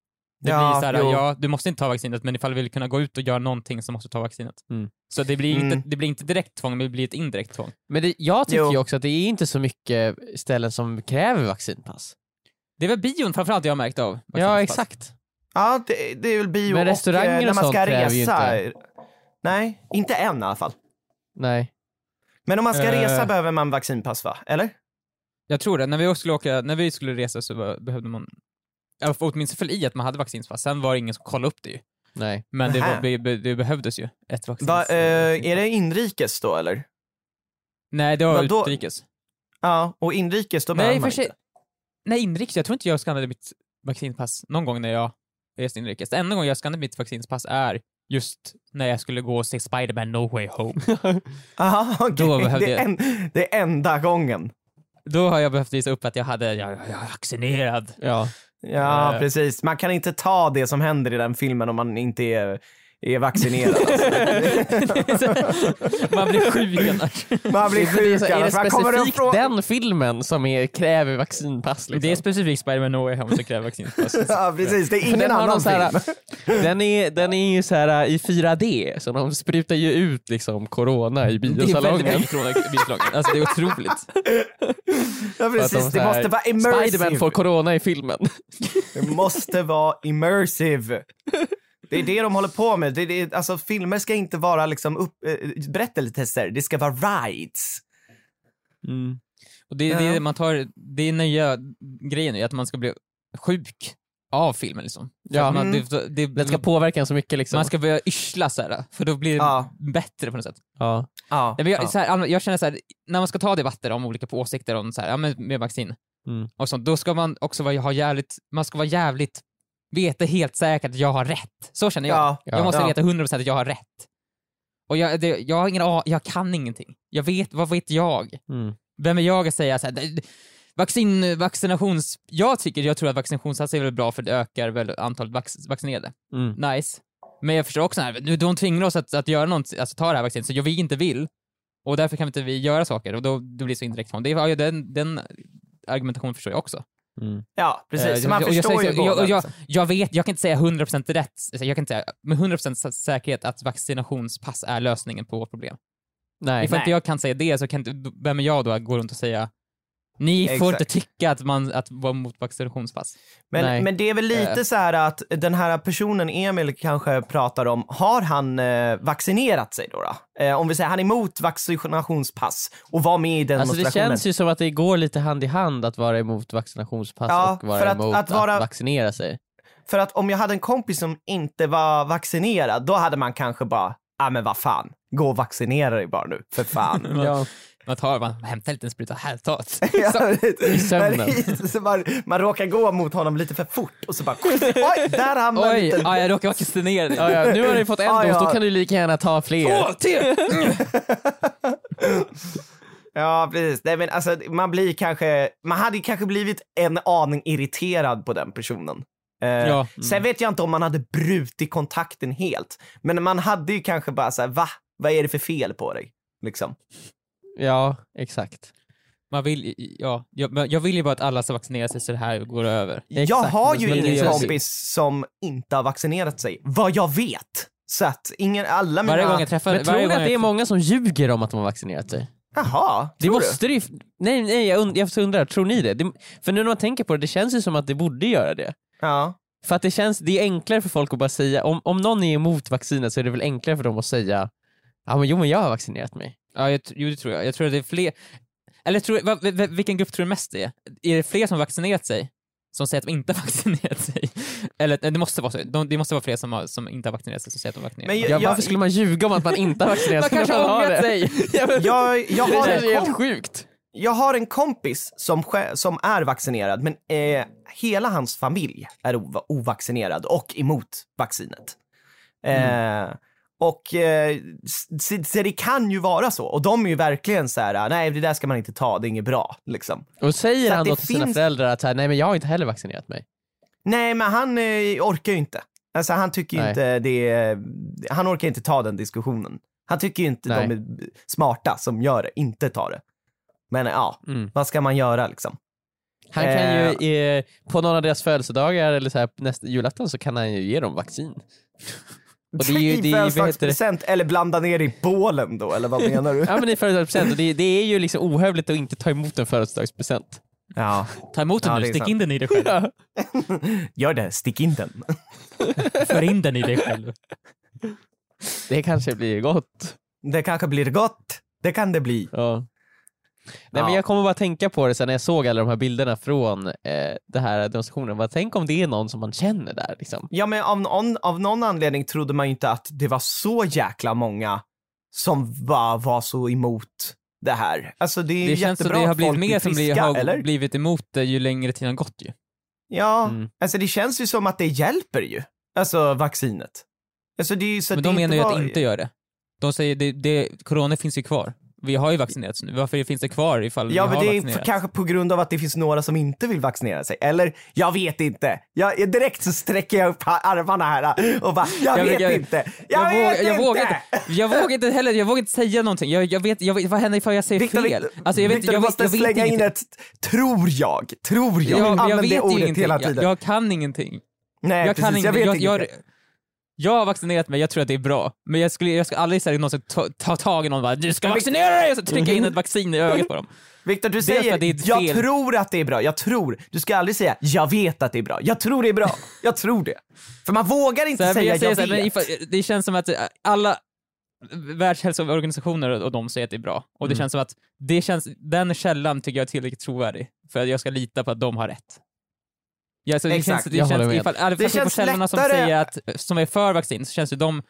Speaker 4: Det blir så här, du måste inte ta vaccinet, men ifall du vill kunna gå ut och göra någonting så måste du ta vaccinet. Så det blir inte direkt tvång, men det blir ett indirekt tvång.
Speaker 2: Men jag tycker ju också att det är inte så mycket ställen som kräver vaccinpass.
Speaker 4: Det är väl bion framförallt jag har märkt av.
Speaker 2: Ja, exakt.
Speaker 3: Ja, det är väl bio.
Speaker 2: Men restauranger och
Speaker 3: när man ska resa.
Speaker 2: Inte.
Speaker 3: Nej, inte än i alla fall.
Speaker 2: Nej.
Speaker 3: Men om man ska resa behöver man vaccinpass, va? Eller?
Speaker 4: Jag tror det. När vi skulle resa så behövde man, åtminstone för i att man hade vaccinspass. Sen var det ingen som kollade upp det ju.
Speaker 2: Nej.
Speaker 4: Men det behövdes ju ett vaccinspass.
Speaker 3: Är det inrikes då, eller?
Speaker 4: Nej, det var utrikes.
Speaker 3: Ja, och inrikes då behöver man inte.
Speaker 4: Nej, inrikes. Jag tror inte jag skannade mitt vaccinpass någon gång när jag reste inrikes. Den enda gång jag skannade mitt vaccinspass är just när jag skulle gå och se Spider-Man No Way Home.
Speaker 3: Aha, okay. Det är enda gången.
Speaker 4: Då har jag behövt visa upp att jag är vaccinerad.
Speaker 3: Ja, precis. Man kan inte ta det som händer i den filmen om man inte är vaccinerad. Alltså.
Speaker 4: Man blir sjuk annars.
Speaker 2: Är det specifikt den filmen som kräver vaccinpass? Liksom?
Speaker 4: Det är specifikt Spider-Man No Way Home som kräver vaccinpass.
Speaker 3: Ja, precis. Det är ingen annan film.
Speaker 2: Den är ju så här i 4D, så de sprutar ju ut liksom corona i biosalongen.
Speaker 4: Det är alltså det är otroligt.
Speaker 3: Ja, precis. Det måste vara immersive.
Speaker 2: Spider-Man får corona i filmen.
Speaker 3: Det måste vara immersive. Det är det de håller på med. Alltså, filmer ska inte vara liksom berättelser. Det ska vara rides.
Speaker 4: Och det är nya grejen är att man ska bli sjuk av filmen liksom.
Speaker 2: Den ska påverka en så mycket liksom.
Speaker 4: Man ska börja yrsla så här, för då blir det bättre på något sätt. Jag känner så här, när man ska ta debatter om olika åsikter om så här, med vaccin och sånt, då ska man också vara jävligt veta helt säkert att jag har rätt. Så känner jag. Jag måste veta 100% att jag har rätt. Och jag har ingen jag kan ingenting. Vad vet jag? Vem är jag att säga så här, vaccinations... Jag tror att vaccinationssats är väl bra för det ökar väl antalet vaccinerade. Nice. Men jag förstår också här, de tvingar oss att göra något, alltså ta det här vaccinet, så vi inte vill. Och därför kan inte vi göra saker, och då blir det så indirekt från. Det var ju den argumentationen förstår jag också.
Speaker 3: Ja, precis. Så man förstår ju
Speaker 4: jag kan inte säga 100% rätt. Jag kan inte säga med 100% säkerhet att vaccinationspass är lösningen på vårt problem.
Speaker 2: Nej.
Speaker 4: Ifall inte jag kan säga det, så kan inte, vem är jag då att gå runt och säga ni får inte tycka att vara mot vaccinationspass.
Speaker 3: Men det är väl lite så här att den här personen Emil kanske pratar om, har han vaccinerat sig då? Om vi säger han är emot vaccinationspass och var med i den demonstrationen.
Speaker 2: Det känns ju som att det går lite hand i hand att vara emot vaccinationspass och vara emot att vaccinera sig.
Speaker 3: För att om jag hade en kompis som inte var vaccinerad, då hade man kanske bara, men vad fan, gå och vaccinera dig bara nu, för fan.
Speaker 4: Man hämtar lite en spruta här,
Speaker 2: i sömnen.
Speaker 3: Man råkar gå mot honom lite för fort och så bara, oj, där hamnar lite.
Speaker 4: Jag råkar vaccinera dig.
Speaker 2: Nu har du fått en dos, då kan du lika gärna ta fler.
Speaker 3: Ja, precis. Nej, men alltså, man hade kanske blivit en aning irriterad på den personen. Sen vet jag inte om man hade brutit kontakten helt. Men man hade ju kanske bara så här, vad är det för fel på dig? Liksom.
Speaker 2: Ja, exakt.
Speaker 3: Jag
Speaker 4: vill ju bara att alla ska vaccinera sig så det här går över.
Speaker 3: Jag har ju ingen kompis som inte har vaccinerat sig, vad jag vet. Så att alla mina...
Speaker 4: Varje gång jag träffar...
Speaker 2: Men tror du att det är många som ljuger om att de har vaccinerat sig?
Speaker 3: Jaha,
Speaker 2: det måste du? Nej, jag undrar, tror ni det? För nu när man tänker på det känns det som att det borde göra det.
Speaker 3: Ja.
Speaker 2: För att det är enklare för folk att bara säga, om någon är emot vaccinet så är det väl enklare för dem att säga, men jag har vaccinerat mig.
Speaker 4: Ja, det tror jag. Jag tror att det är fler... Eller vilken grupp tror du mest det är? Är det fler som vaccinerat sig som säger att de inte har vaccinerat sig? Eller det måste vara så. Det måste vara fler som inte har vaccinerat sig som säger att de vaccinerat sig.
Speaker 2: Varför skulle man ljuga om att man inte har vaccinerat sig?
Speaker 4: Man kanske har ångrat sig.
Speaker 2: Det är helt sjukt.
Speaker 3: Jag har en kompis som är vaccinerad, men hela hans familj är ovaccinerad och emot vaccinet. Och så det kan ju vara så. Och de är ju verkligen så här: nej, det där ska man inte ta, det är inget bra liksom.
Speaker 2: Och säger så han då till sina föräldrar att nej, men jag har inte heller vaccinerat mig?
Speaker 3: Nej, men han orkar ju inte. Alltså han tycker ju inte han orkar inte ta den diskussionen. Han tycker ju inte de är smarta som gör det, inte tar det. Men vad ska man göra liksom?
Speaker 2: Han kan ju på någon av deras födelsedagar eller så här nästa julafton så kan han ju ge dem vaccin.
Speaker 3: Och det är ju födelsedagspresent eller blanda ner i bålen då, eller vad menar du?
Speaker 2: Ja, men det är födelsedagspresent och det är ju liksom ohövligt att inte ta emot en födelsedagspresent.
Speaker 3: Ja.
Speaker 4: Ta emot den nu, stick in den i dig själv.
Speaker 3: Gör det, stick in den.
Speaker 4: För in den i dig själv.
Speaker 2: Det kanske blir gott.
Speaker 3: Det kanske blir gott. Det kan det bli.
Speaker 2: Ja. Nej, men jag kommer bara tänka på det sen när jag såg alla de här bilderna från det här demonstrationen. Tänk om det är någon som man känner där liksom.
Speaker 3: Ja, men av någon anledning trodde man ju inte att det var så jäkla många som var så emot det här. Alltså det är
Speaker 4: det känns
Speaker 3: jättebra
Speaker 4: att det har
Speaker 3: blivit
Speaker 4: mer
Speaker 3: friska,
Speaker 4: som har blivit emot det ju längre tiden har gått ju.
Speaker 3: Ja, alltså det känns ju som att det hjälper ju. Alltså vaccinet. Alltså, det är ju så
Speaker 4: men de menar ju att det inte gör det. De säger corona finns ju kvar. Vi har ju vaccinerats nu. Varför finns det kvar ifall vi har vaccinerat? Ja, men det är
Speaker 3: kanske på grund av att det finns några som inte vill vaccinera sig. Eller, jag vet inte. Direkt så sträcker jag upp armarna här och bara, jag vet inte.
Speaker 4: Jag vågar inte heller, jag vågar inte säga någonting. Jag vet vad händer ifall jag säger
Speaker 3: Victor,
Speaker 4: fel? Alltså,
Speaker 3: Victor, jag måste slänga in ett tror jag.
Speaker 4: Jag vet ingenting. Hela tiden. Jag kan ingenting.
Speaker 3: Nej,
Speaker 4: jag
Speaker 3: precis.
Speaker 4: Kan
Speaker 3: jag vet ingenting.
Speaker 4: Jag har vaccinerat mig, jag tror att det är bra. Men jag ska aldrig säga någon ta tag i någon och bara, du ska vaccinera dig! Och så trycka in ett vaccin i ögat på dem.
Speaker 3: Victor, du säger, jag tror att det är bra. Du ska aldrig säga, jag vet att det är bra. Jag tror det är bra. Jag tror det. För man vågar inte säga, jag vet.
Speaker 4: Men det känns som att alla världshälsoorganisationer och de säger att det är bra. Och det känns som att den källan tycker jag är tillräckligt trovärdig. För att jag ska lita på att de har rätt. Ja, så det känns på källorna som säger att som är för vaccin så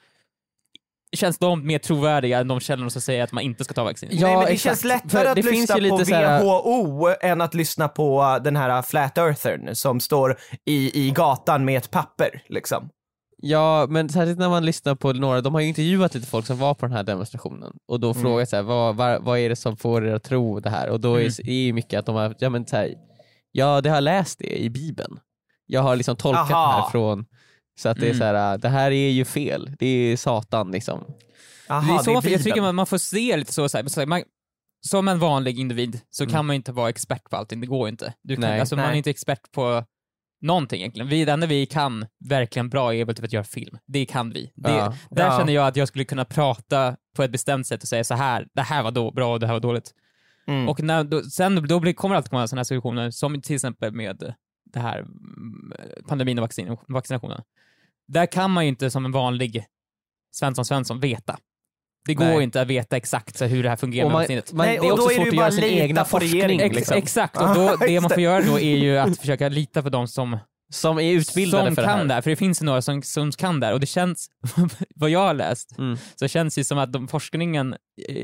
Speaker 4: känns de mer trovärdiga än de källorna som säger att man inte ska ta vaccin.
Speaker 3: Ja, nej, men det känns lättare att lyssna på WHO än att lyssna på den här Flat Earthern som står i gatan med ett papper liksom.
Speaker 2: Ja, men särskilt när man lyssnar på några, de har ju intervjuat lite folk som var på den här demonstrationen och då frågat så här, vad är det som får er att tro det här? Och då är ju mycket att de har, det har läst det i Bibeln. Jag har liksom tolkat det här från så att det är så här, det här är ju fel. Det är Satan liksom.
Speaker 4: Det är så jag tycker man får se lite så här, som en vanlig individ så kan man inte vara expert på allting. Det går inte. Man är inte expert på någonting egentligen. Det enda vi kan verkligen bra är väl typ att göra film. Det kan vi. Där känner jag att jag skulle kunna prata på ett bestämt sätt och säga så här, det här var bra och det här var dåligt. Och då kommer det alltid komma sådana här situationer som till exempel med det här pandemin och vaccinationen. Där kan man ju inte som en vanlig Svensson veta. Det går inte att veta exakt så hur det här fungerar med vaccinet.
Speaker 2: Det är också svårt att göra sin egna forskning.
Speaker 4: Exakt, och det man får göra då är ju att försöka lita på de som
Speaker 2: är utbildade
Speaker 4: som
Speaker 2: för
Speaker 4: kan
Speaker 2: det här.
Speaker 4: Där, för det finns några som kan där och det känns, vad jag har läst så känns det som att forskningen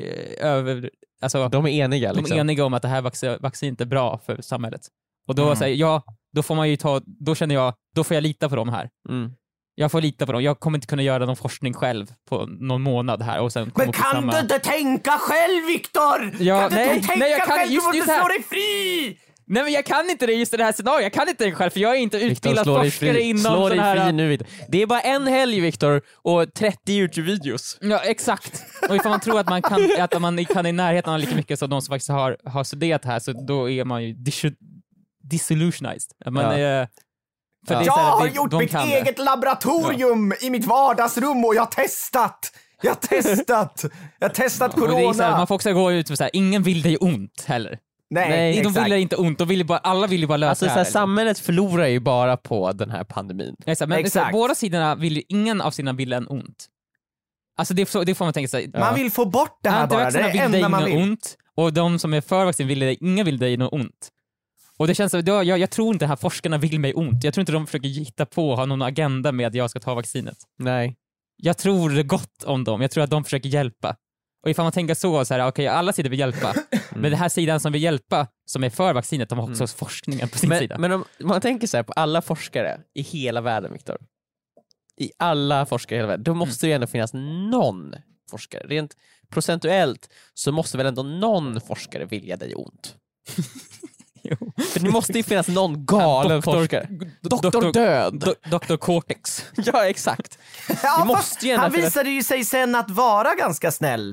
Speaker 2: de är eniga liksom.
Speaker 4: De är eniga om att det här vaccinet är bra för samhället. Och då säger då får man ju då känner jag, då får jag lita på dem här. Jag får lita på dem. Jag kommer inte kunna göra någon forskning själv på någon månad här och sen
Speaker 3: men kan du inte tänka själv, Victor?
Speaker 4: Ja,
Speaker 3: kan du inte tänka själv? Du måste slå dig fri!
Speaker 4: Nej, men jag kan inte det just i det här scenariot. Jag kan inte det själv för jag är inte utbildad forskare inom
Speaker 2: slå
Speaker 4: sån här...
Speaker 2: dig fri nu. Det är bara en helg, Victor, och 30 YouTube-videos.
Speaker 4: Ja, exakt. Och ifall man tror att man kan i närheten av lika mycket som de som faktiskt har studerat här, så då är man ju disillusionized.
Speaker 3: Jag har gjort mitt eget laboratorium i mitt vardagsrum och jag har testat corona.
Speaker 4: Och det är så här, man får också gå ut och säga, ingen vill dig ont heller. Nej, de vill inte ont, alla vill ju bara lösa det här.
Speaker 2: Samhället förlorar ju bara på den här pandemin.
Speaker 4: Men båda sidorna ingen av sidorna vill en ont. Alltså det får man tänka sig.
Speaker 3: Man vill få bort det här bara, det är det enda man vill.
Speaker 4: Ont, och de som är för vaccin ingen vill dig något ont. Och det känns jag tror inte de här forskarna vill mig ont. Jag tror inte de försöker hitta på ha någon agenda med att jag ska ta vaccinet.
Speaker 2: Nej.
Speaker 4: Jag tror det gott om dem. Jag tror att de försöker hjälpa. Och ifall man tänker så här, okej, alla sidor vill hjälpa. Men den här sidan som vill hjälpa, som är för vaccinet, de har också forskningen på sin sida.
Speaker 2: Men om man tänker så här på alla forskare i hela världen, Victor. I alla forskare i hela världen, då måste det ändå finnas någon forskare. Rent procentuellt så måste väl ändå någon forskare vilja dig ont. För det måste ju finnas någon galen forskare. Doktor Död.
Speaker 4: Doktor Cortex.
Speaker 2: Ja, exakt.
Speaker 3: Ja, han visade ju sig sen att vara ganska snäll.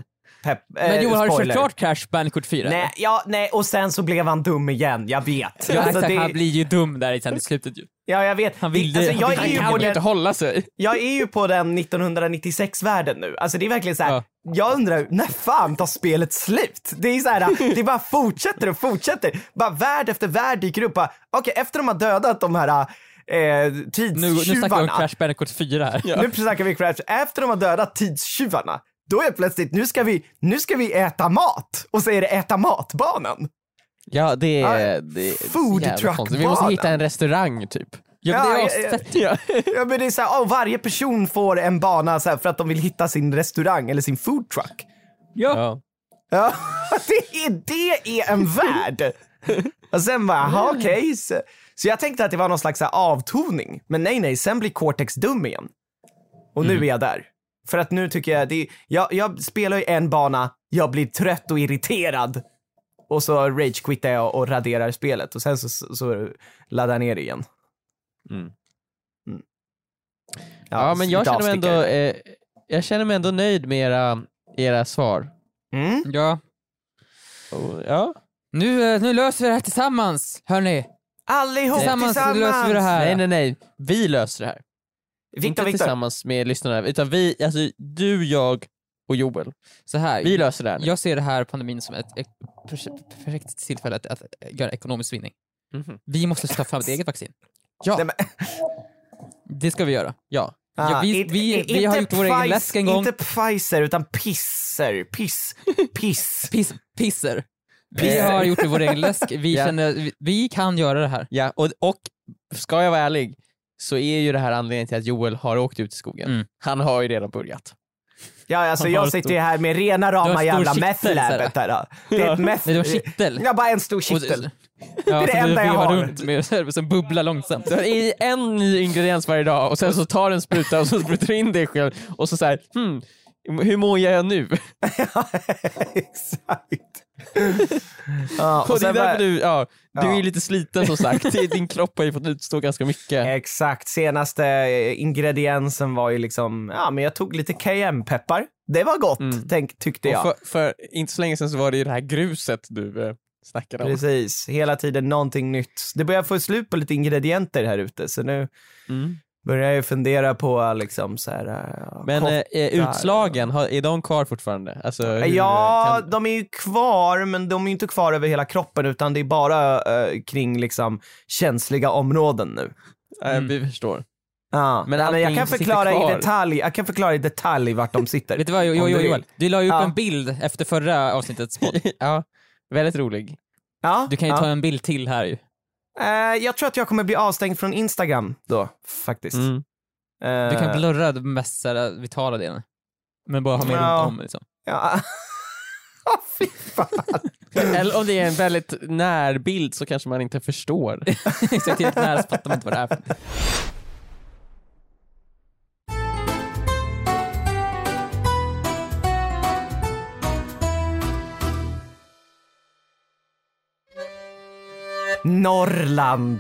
Speaker 4: Men Joel, har du förklart Crash Bandicoot 4?
Speaker 3: Nej, och sen så blev han dum igen, jag vet.
Speaker 4: Ja, alltså, han blir ju dum där sen i slutet ju.
Speaker 3: Ja, jag vet.
Speaker 4: Han kan ju inte hålla sig.
Speaker 3: Jag är ju på den 1996-världen nu. Alltså det är verkligen så här. Jag undrar, när fan tar spelet slut? Det är så här, det bara fortsätter och fortsätter. Bara värld efter värld dyker upp. Okej, efter de har dödat de här tidstjuvarna.
Speaker 4: Nu snackar vi om Crash Bandicoot 4 här.
Speaker 3: Ja. Nu snackar vi Crash. Efter de har dödat tidstjuvarna, då är plötsligt, nu ska vi äta mat. Och så är det äta matbanan.
Speaker 2: Ja, det är
Speaker 3: food truck-banan.
Speaker 2: Vi måste hitta en restaurang typ.
Speaker 3: Ja, men det är så här, varje person får en bana så här, för att de vill hitta sin restaurang eller sin food truck.
Speaker 2: Ja.
Speaker 3: Ja, det är en värld. Och sen bara, okej. Så jag tänkte att det var någon slags avtoning. Men nej, sen blir Cortex dum igen. Och nu är jag där. För att nu tycker jag spelar ju en bana, jag blir trött och irriterad. Och så rage-quittar jag och raderar spelet. Och sen så laddar jag ner det igen.
Speaker 2: Ja, men jag känner mig ändå nöjd med era svar.
Speaker 4: Ja.
Speaker 2: Ja.
Speaker 4: Nu löser vi det här tillsammans, hörni.
Speaker 3: Allihop tillsammans.
Speaker 4: Löser vi det här.
Speaker 2: Nej. Vi löser det här. Inte tillsammans med lyssnarna, utan vi, alltså du, jag och Joel.
Speaker 4: Så här,
Speaker 2: vi löser det här.
Speaker 4: Jag ser det här pandemin som ett perfekt tillfälle att göra ekonomisk vinning. Vi måste ta fram ett eget vaccin.
Speaker 2: Ja.
Speaker 4: Det ska vi göra.
Speaker 2: Ja.
Speaker 4: Vi har gjort vår egen läsk en gång.
Speaker 3: Inte Pfizer utan Pisser.
Speaker 4: Pisser. Vi har gjort vår egen läsk. Vi känner vi kan göra det här.
Speaker 2: Ja, och ska jag vara ärlig så är ju det här anledningen till att Joel har åkt ut i skogen. Han har ju redan börjat.
Speaker 3: Ja, alltså jag sitter ju här med rena rama jävla meth-läbet där. Det är ett meth...
Speaker 4: Det var kittel.
Speaker 3: Ja, bara en stor kittel.
Speaker 4: Ja,
Speaker 3: det är det enda jag har.
Speaker 4: Runt med som bubblar långsamt.
Speaker 2: Det är en ny ingrediens varje dag och sen så tar en spruta och så sprutar in det själv och så här, hur mår jag nu?
Speaker 3: Ja, exakt.
Speaker 2: Och det är därför du är lite sliten som sagt. Din kropp har ju fått utstå ganska mycket.
Speaker 3: Exakt, senaste ingrediensen var ju liksom, men jag tog lite cayenne-peppar. Det var gott, tyckte jag.
Speaker 2: Och för inte så länge sedan så var det ju det här gruset du snackade om.
Speaker 3: Precis, hela tiden någonting nytt. Det börjar få slut på lite ingredienter här ute, så nu börjar jag fundera på liksom så här.
Speaker 2: Men utslagen, är de kvar fortfarande? Alltså,
Speaker 3: de är ju kvar, men de är inte kvar över hela kroppen, utan det är bara kring liksom känsliga områden nu.
Speaker 2: Vi förstår.
Speaker 3: Ja, men jag kan förklara i detalj vart de sitter.
Speaker 4: Vet du vad, Joel? Du la ju upp en bild efter förra avsnittets podd.
Speaker 2: Ja, väldigt rolig.
Speaker 4: Ja, du kan ju ta en bild till här ju.
Speaker 3: Jag tror att jag kommer bli avstängd från Instagram då, faktiskt.
Speaker 4: Du kan blurra de mest vitala delen. Men bara ha med runt om liksom.
Speaker 3: Ja. Fy fan.
Speaker 2: Eller om det är en väldigt närbild så kanske man inte förstår.
Speaker 4: Exakt, helt nära så fattar man inte vad det är för.
Speaker 3: Norrland.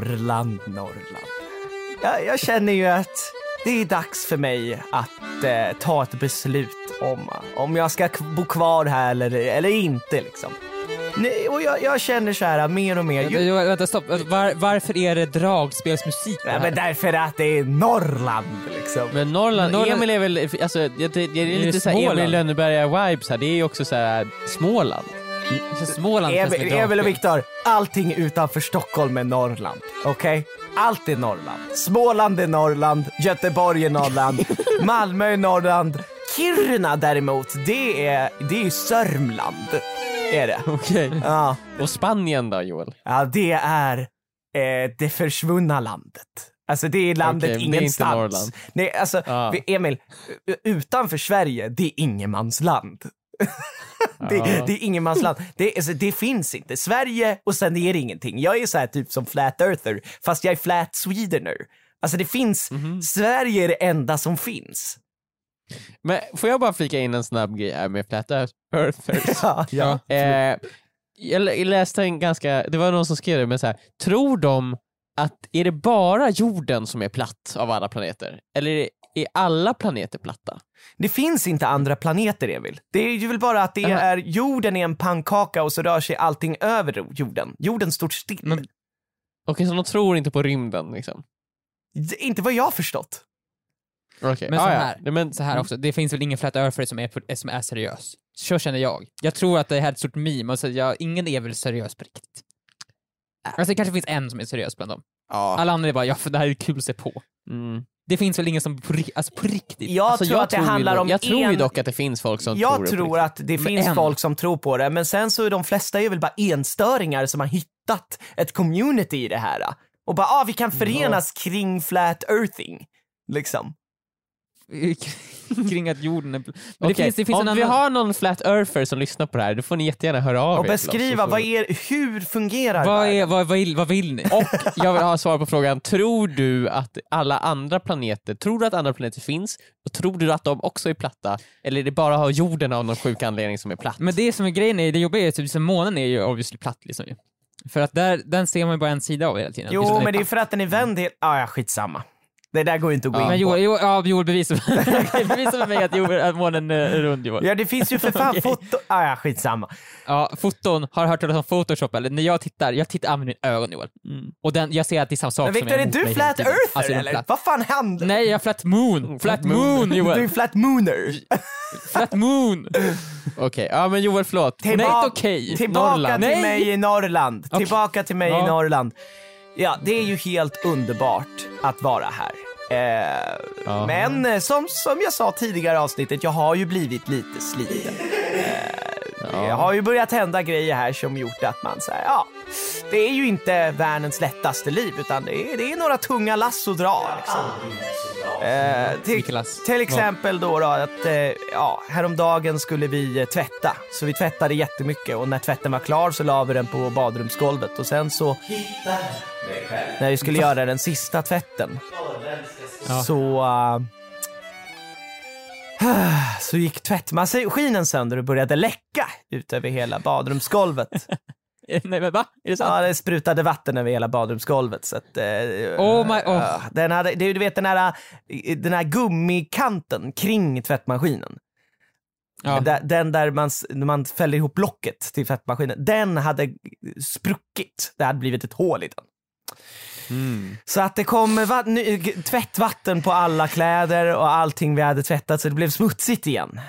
Speaker 3: Jag känner ju att det är dags för mig att ta ett beslut om jag ska bo kvar här eller inte liksom. Nej, och jag känner så här mer och mer.
Speaker 4: Vänta, stopp. Varför är det dragspelsmusik?
Speaker 3: Men därför att det är Norrland liksom.
Speaker 2: Men Norrland Emil är väl, alltså det är lite så här Emil Lönneberga-vibes här. Det är ju också så här Småland.
Speaker 3: Emil och Viktor, allting utanför Stockholm är Norrland, okej? Allt är Norrland. Småland är Norrland, Göteborg är Norrland, Malmö är Norrland. Kiruna däremot, det är ju Sörmland. Är det?
Speaker 2: Okej.
Speaker 3: Ja.
Speaker 2: Och Spanien då, Joel?
Speaker 3: Ja, det är det försvunna landet. Alltså det är landet ingenstans. Nej, alltså Emil, utanför Sverige, det är ingenmansland. Det är ingenmansland. Det finns inte. Sverige och sen är det ingenting. Jag är så här typ som flat earther, fast jag är flat swedener. Alltså det finns, Sverige är det enda som finns.
Speaker 2: Men får jag bara flika in en snabb grej här med flat earthers?
Speaker 3: Ja.
Speaker 2: Jag läste det var någon som skrev det, men så här, tror de att är det bara jorden som är platt av alla planeter? Eller är alla planeter platta?
Speaker 3: Det finns inte andra planeter, Emil. Det är ju väl bara att jorden är en pannkaka och så rör sig allting över jorden. Jorden står still.
Speaker 2: Okej, så de tror inte på rymden liksom?
Speaker 3: Inte vad jag har förstått.
Speaker 2: Okay.
Speaker 4: Men så här också, det finns väl ingen flat earther som är seriös. Så känner jag. Jag tror att det här är ett stort meme, och så ingen är väl seriös på riktigt. Alltså det kanske finns en som är seriös bland dem. Ja. Alla andra är bara, för det här är kul att se på. Det finns väl ingen som på riktigt.
Speaker 3: Jag tror att det handlar om
Speaker 2: jag tror ju dock att det finns folk som tror
Speaker 3: på riktigt. Jag tror att det finns folk som tror på det, men sen så är de flesta är väl bara enstöringar som har hittat ett community i det här. Och bara, vi kan förenas kring flat earthing. Liksom.
Speaker 4: Kring att jorden är...
Speaker 2: Men det finns om vi har någon flat earther som lyssnar på det här, då får ni jättegärna höra av er.
Speaker 3: Och beskriva, hur fungerar
Speaker 4: det? Vad vill ni?
Speaker 2: Och jag vill ha svar på frågan, tror du att andra planeter finns? Och tror du att de också är platta? Eller är det bara har jorden av någon sjuk anledning som är platt?
Speaker 4: Men det som är grejen är, det jobbiga är typ, månen är ju obviously platt liksom. För att den ser man ju bara en sida av hela tiden.
Speaker 3: Jo, men det är för att den är vänd helt... skitsamma. Det där går inte att gå in
Speaker 4: på. Joel bevisar för mig att månen är rund, Joel.
Speaker 3: Ja, det finns ju för fan foto... skitsamma.
Speaker 4: Ja, foton, har hört talas om Photoshop, eller när jag tittar med mina ögon, Joel. Och jag ser att det är samma sak.
Speaker 3: Men Victor, är du flat earther, eller? Vad fan händer?
Speaker 4: Nej, jag är flat moon, Joel.
Speaker 3: Du är flat mooner.
Speaker 4: Flat moon.
Speaker 2: Okej, men Joel, förlåt.
Speaker 3: Tillbaka till mig i Norrland. Okay. Tillbaka till mig i Norrland. Ja, det är ju helt underbart att vara här. Men som jag sa tidigare i avsnittet, jag har ju blivit lite sliten. Det har ju börjat hända grejer här som gjort att man säger, det är ju inte världens lättaste liv, utan det är några tunga lass att dra. Liksom. Till exempel då att häromdagen skulle vi tvätta. Så vi tvättade jättemycket, och när tvätten var klar så la vi den på badrumsgolvet. Och sen så när vi skulle göra den sista tvätten så gick tvättmaskinen sönder och började läcka ut över hela badrumsgolvet.
Speaker 4: Nej, men va? Är det sant?
Speaker 3: Ja, det sprutade vatten över hela badrumsgolvet, så att den hade, du vet den här gummikanten kring tvättmaskinen. Ja. Den där man fäller ihop locket till tvättmaskinen, den hade spruckit. Det hade blivit ett hål i den. Så att det kom tvättvatten på alla kläder och allting vi hade tvättat, så det blev smutsigt igen.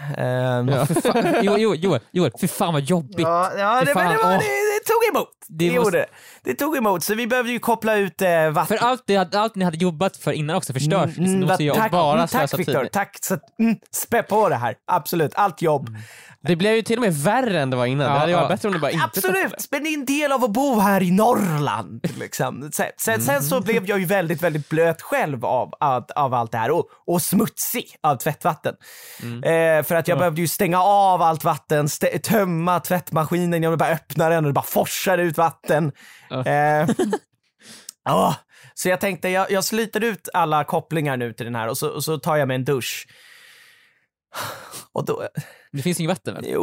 Speaker 4: Joel, för fan vad jobbigt.
Speaker 3: Det tog emot. Det tog emot, så vi behövde ju koppla ut vatten.
Speaker 4: För allt ni hade jobbat för innan också förstört.
Speaker 3: Tack Victor, tack. Så spä på det här, absolut, allt jobb.
Speaker 2: Det blev ju till och med värre än det var innan. Det hade varit bättre om det bara inte...
Speaker 3: Absolut, men det är en del av att bo här i Norrland. Liksom. Sen så blev jag ju väldigt, väldigt blöt själv av allt det här. Och smutsig av tvättvatten. För att jag behövde ju stänga av allt vatten, tömma tvättmaskinen. Jag bara öppna den och det bara forsar ut vatten. Så jag tänkte, jag sliter ut alla kopplingar nu till den här. Och så tar jag mig en dusch. Och då...
Speaker 4: Det finns inget vatten väl?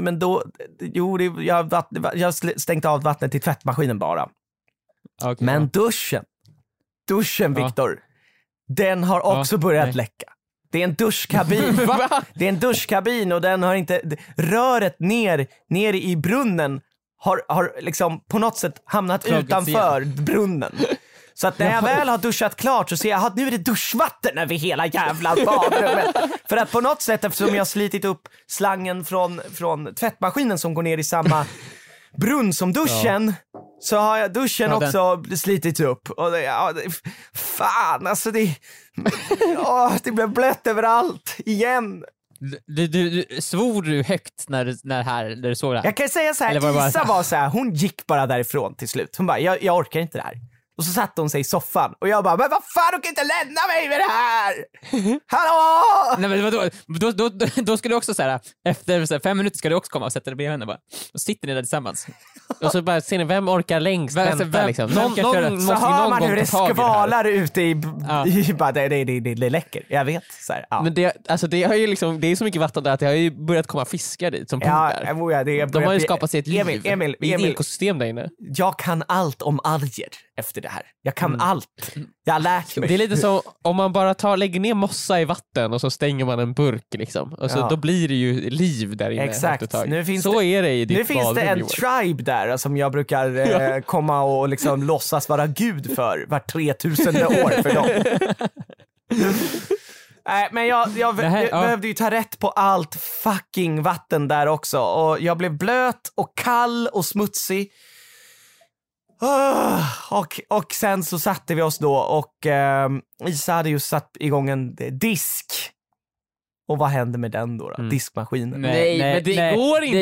Speaker 3: Jag har stängt av vattnet till tvättmaskinen bara. Okay, men duschen Victor, den har också börjat läcka. Det är en duschkabin. Det är en duschkabin, och den har inte... Röret ner i brunnen har liksom på något sätt hamnat utanför brunnen. Så att när jag väl har duschat klart så ser jag att nu är det duschvatten över hela jävla badrummet. För att på något sätt, eftersom jag har slitit upp slangen från tvättmaskinen som går ner i samma brunn som duschen, så har jag duschen också slitit upp. Och fan, alltså det blev blött överallt igen.
Speaker 4: Du svor du högt när du såg det här?
Speaker 3: Jag kan säga så här, Isa var så här, hon gick bara därifrån till slut. Hon bara, jag orkar inte det här. Och så satt hon sig i soffan. Och jag bara, men vad fan, du kan inte lämna mig med det här! Hallå!
Speaker 4: Nej, men då ska du också säga, efter 5 minuter ska du också komma och sätta dig bredvid henne bara. Och sitter ni där tillsammans.
Speaker 2: Och så bara ser ni, vem orkar längst vänta liksom.
Speaker 3: Någon så hör man hur det skvalar ute i bara, det läcker. Jag vet så här,
Speaker 2: Men det har ju liksom, det är så mycket vatten där att det har ju börjat komma fiskar dit som
Speaker 3: där.
Speaker 2: De har ju skapat sig ett liv.
Speaker 3: Emil,
Speaker 2: ekosystem där inne.
Speaker 3: Jag kan allt om alger efter det det här. Jag kan allt. Jag har lärt mig.
Speaker 2: Det är lite som om man bara lägger ner mossa i vatten och så stänger man en burk liksom. Och så, då blir det ju liv där inne.
Speaker 3: Exakt.
Speaker 2: Så är det i ditt
Speaker 3: Nu finns det en tribe där som jag brukar komma och liksom låtsas vara gud för var 3000 år för dem. Men jag behövde ju ta rätt på allt fucking vatten där också. Och jag blev blöt och kall och smutsig. Och sen så satte vi oss då och Isa hade ju satt igång en disk. Och vad hände med den då? Diskmaskinen.
Speaker 2: Nej, men det går inte.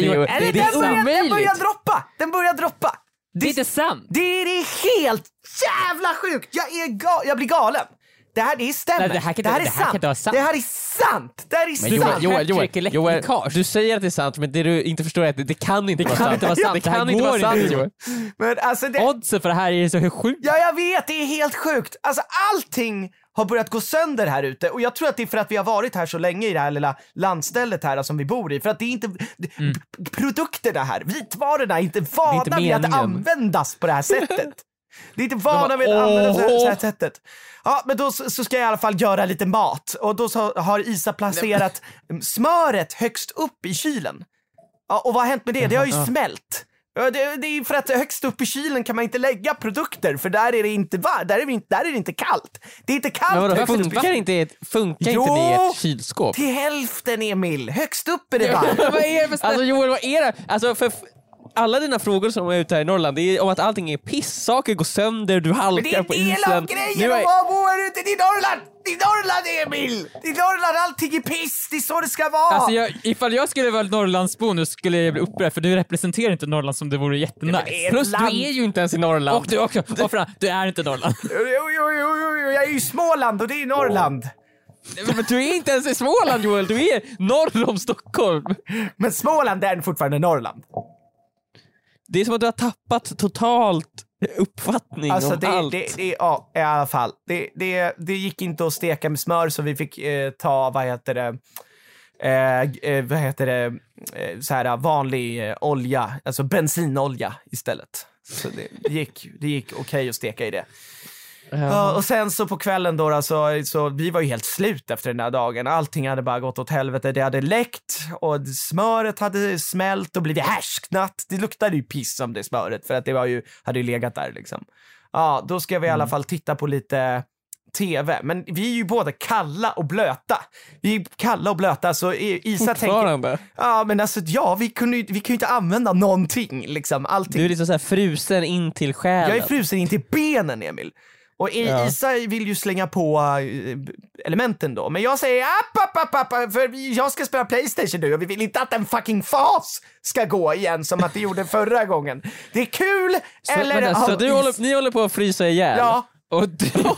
Speaker 3: Den börjar droppa.
Speaker 4: Det är inte sant.
Speaker 3: Det är helt jävla sjukt. Jag blir galen. Det här stämmer.
Speaker 4: Det här kan inte vara sant.
Speaker 3: Det här är sant. Det här är sant.
Speaker 2: Joel, du säger att det är sant, men det du inte förstår är att det kan inte vara sant. Det kan inte vara sant, Joel.
Speaker 3: Men alltså
Speaker 4: oddsen för det här är så sjukt.
Speaker 3: Ja, jag vet, det är helt sjukt. Alltså allting har börjat gå sönder här ute. Och jag tror att det är för att vi har varit här så länge i det här lilla landstället här som vi bor i. För att det är inte produkterna här, vitvarorna är inte vana vid att användas på det här sättet. Det är inte vana vid att användas på det här sättet. Ja, men då så ska jag i alla fall göra lite mat. Och då så har Isa placerat smöret högst upp i kylen. Ja, och vad har hänt med det? Det har ju smält. Det är för att högst upp i kylen kan man inte lägga produkter. För där är det inte där är det inte kallt. Det är inte kallt.
Speaker 2: Men funkar inte i ett kylskåp?
Speaker 3: Till hälften, Emil. Högst upp är det varmt.
Speaker 2: Vad är det för alltså Joel, vad är det? Alltså för alla dina frågor som är ute här i Norrland, det är om att allting är piss, saker går sönder, du halkar på isen.
Speaker 3: Men det är en del av grejen att vara ute i Norrland. I Norrland, Emil! I Norrland, allting är piss, det är så det ska vara.
Speaker 4: Alltså ifall jag skulle vara Norrlandsbo nu skulle jag bli upprörd, för du representerar inte Norrland som det vore jättenice.
Speaker 2: Plus du är ju inte ens i Norrland.
Speaker 4: Och du också, du är inte Norrland.
Speaker 3: Jo, jag är ju Småland och det är Norrland.
Speaker 2: Men du är inte ens i Småland, Joel, du är norr om Stockholm.
Speaker 3: Men Småland är fortfarande Norrland.
Speaker 2: Det är som att du har tappat totalt uppfattning om allt.
Speaker 3: Ja, i alla fall. Det gick inte att steka med smör, så vi fick ta, så här vanlig olja, alltså bensinolja istället. Så det gick okej att steka i det. Och sen så på kvällen då så vi var ju helt slut efter den här dagen. Allting hade bara gått åt helvete. Det hade läckt och smöret hade smält och blivit härsknat. Det luktade ju piss om det smöret, för att det hade ju legat där liksom. Ja, då ska vi i alla fall titta på lite TV. Men vi är ju både kalla och blöta. Vi är kalla och blöta, så Isa tänker... Ja, men alltså vi kan ju inte använda någonting liksom. Allting.
Speaker 2: Du är liksom så här frusen in till själen.
Speaker 3: Jag är frusen in till benen, Emil. Och Isa vill ju slänga på elementen då. Men jag säger app, för jag ska spela PlayStation nu och vi vill inte att en fucking fas ska gå igen som att det gjorde förra gången. Det är kul,
Speaker 2: så ni håller på att frysa ihjäl?
Speaker 3: Ja.
Speaker 2: Och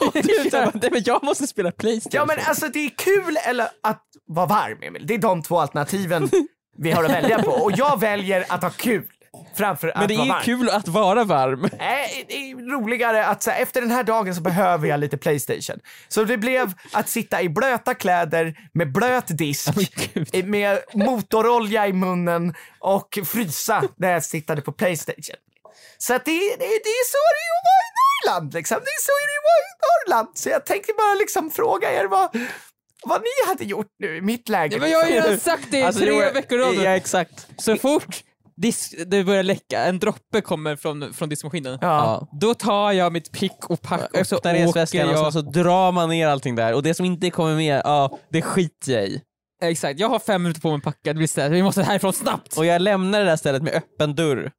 Speaker 2: men jag måste spela PlayStation.
Speaker 3: Ja, men alltså det är kul eller att vara varm, Emil. Det är de två alternativen vi har att välja på. Och jag väljer att ha kul.
Speaker 2: Men det är ju kul att vara varm.
Speaker 3: Det är roligare att så här, efter den här dagen så behöver jag lite PlayStation. Så det blev att sitta i blöta kläder med blöt disk, med motorolja i munnen och frysa när jag sittade på PlayStation. Så att det är så det är att vara i Norrland liksom. Det är så det är att vara i Norrland. Så jag tänkte bara liksom fråga er vad ni hade gjort nu i mitt läge.
Speaker 4: Ja, men jag har ju redan sagt det i 3 veckor.
Speaker 2: Ja, exakt.
Speaker 4: Så fort det börjar läcka, en droppe kommer från diskmaskinen.
Speaker 2: Ja.
Speaker 4: Då tar jag mitt pick och pack och så åker jag.
Speaker 2: Och så drar man ner allting där. Och det som inte kommer med, det skiter jag i.
Speaker 4: Exakt, jag har 5 minuter på mig att packa. Det blir så här, vi måste härifrån snabbt.
Speaker 2: Och jag lämnar det där stället med öppen dörr.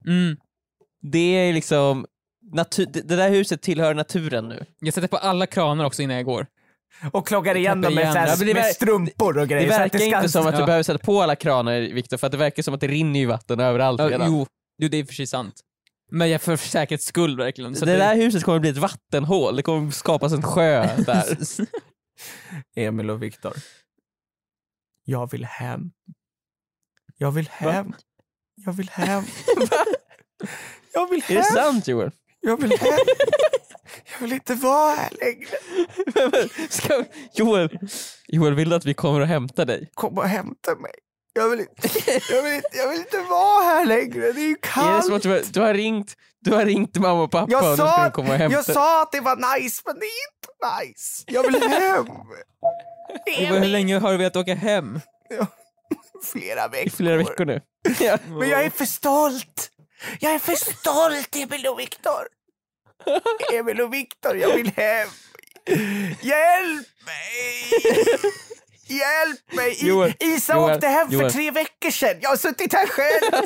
Speaker 2: Det är liksom det där huset tillhör naturen nu.
Speaker 4: Jag sätter på alla kranar också innan jag går.
Speaker 3: Och kloggar igen dem med strumpor och grejer.
Speaker 2: Det verkar inte som att du behöver sätta på alla kranar, Victor, för att det verkar som att det rinner ju vatten överallt redan.
Speaker 4: Jo, det är för sig sant. Men jag för säkerhets skull verkligen. Så
Speaker 2: det där huset kommer bli ett vattenhål. Det kommer skapas en sjö där.
Speaker 3: Emil och Victor. Jag vill hem. Jag vill hem. Jag vill hem. Jag vill hem.
Speaker 2: Är det sant, Joel?
Speaker 3: Jag vill hem. Jag vill inte vara här längre.
Speaker 2: Joel, vill du att vi kommer och hämtar dig?
Speaker 3: Kom och hämta mig. Jag vill inte vara här längre, det är ju kallt.
Speaker 2: Är det som att du har ringt mamma och pappa och nu ska de komma och hämta?
Speaker 3: Jag sa att det var nice, men det är inte nice. Jag vill hem.
Speaker 4: Hur länge har du velat åka hem?
Speaker 3: Ja, flera veckor
Speaker 2: nu.
Speaker 3: Men jag är för stolt. Emil och Viktor. Jag vill hem. Hjälp mig. Isa åkte hem för 3 veckor sedan. Jag har suttit här själv.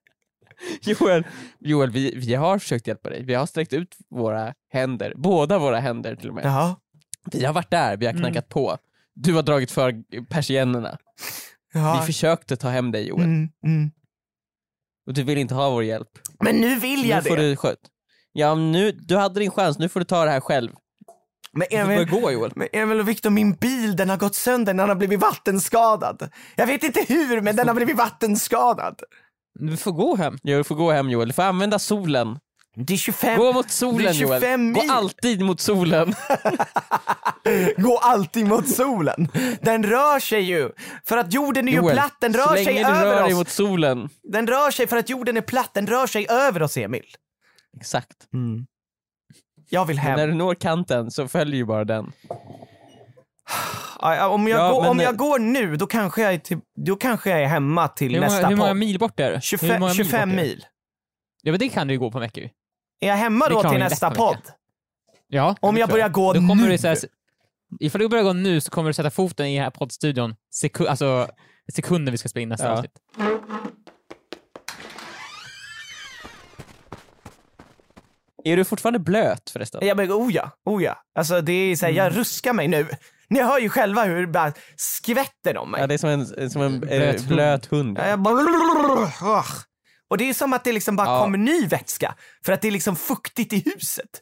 Speaker 2: Joel, vi har försökt hjälpa dig. Vi har sträckt ut våra händer. Båda våra händer till och med.
Speaker 3: Jaha.
Speaker 2: Vi har varit där, vi har knackat på. Du har dragit för persiennerna. Vi försökte ta hem dig, Joel. Och du vill inte ha vår hjälp.
Speaker 3: Men nu vill jag
Speaker 2: nu får
Speaker 3: det.
Speaker 2: Du skött. Ja, du hade din chans. Nu får du ta det här själv.
Speaker 3: Men Emil och Viktor, min bil, den har gått sönder. Den har blivit vattenskadad. Jag vet inte hur, men den har blivit vattenskadad.
Speaker 4: Du får gå hem.
Speaker 2: Ja, du får gå hem, Joel. Du får använda solen.
Speaker 3: Det är 25.
Speaker 2: Gå mot solen, Joel. Gå alltid mot solen.
Speaker 3: Gå alltid mot solen. Den rör sig ju. För att jorden är ju platt, den rör sig över oss.
Speaker 2: Mot solen.
Speaker 3: Den rör sig för att jorden är platt, den rör sig över oss, Emil.
Speaker 2: Exakt.
Speaker 3: Jag vill hem.
Speaker 2: Men när du når kanten så följer ju bara den.
Speaker 3: Om jag går nu, då kanske jag är hemma till nästa podd.
Speaker 4: Hur många mil bort är det?
Speaker 3: 25 mil.
Speaker 4: Ja, men det kan du ju gå på en vecka.
Speaker 3: Är jag hemma då till nästa podd?
Speaker 4: Ja.
Speaker 3: Om jag börjar gå
Speaker 4: då kommer
Speaker 3: nu.
Speaker 4: Ifall du börjar gå nu så kommer du sätta foten i den här poddstudion sekunder vi ska spela in nästa avsnitt.
Speaker 2: Är du fortfarande blöt förresten?
Speaker 3: Jag bara, oh ja. Alltså det är så här, jag ruskar mig nu. Ni hör ju själva hur det bara skvätter om mig.
Speaker 2: Ja, det är som en blöt hund.
Speaker 3: Och det är som att det liksom bara kommer ny vätska. För att det är liksom fuktigt i huset.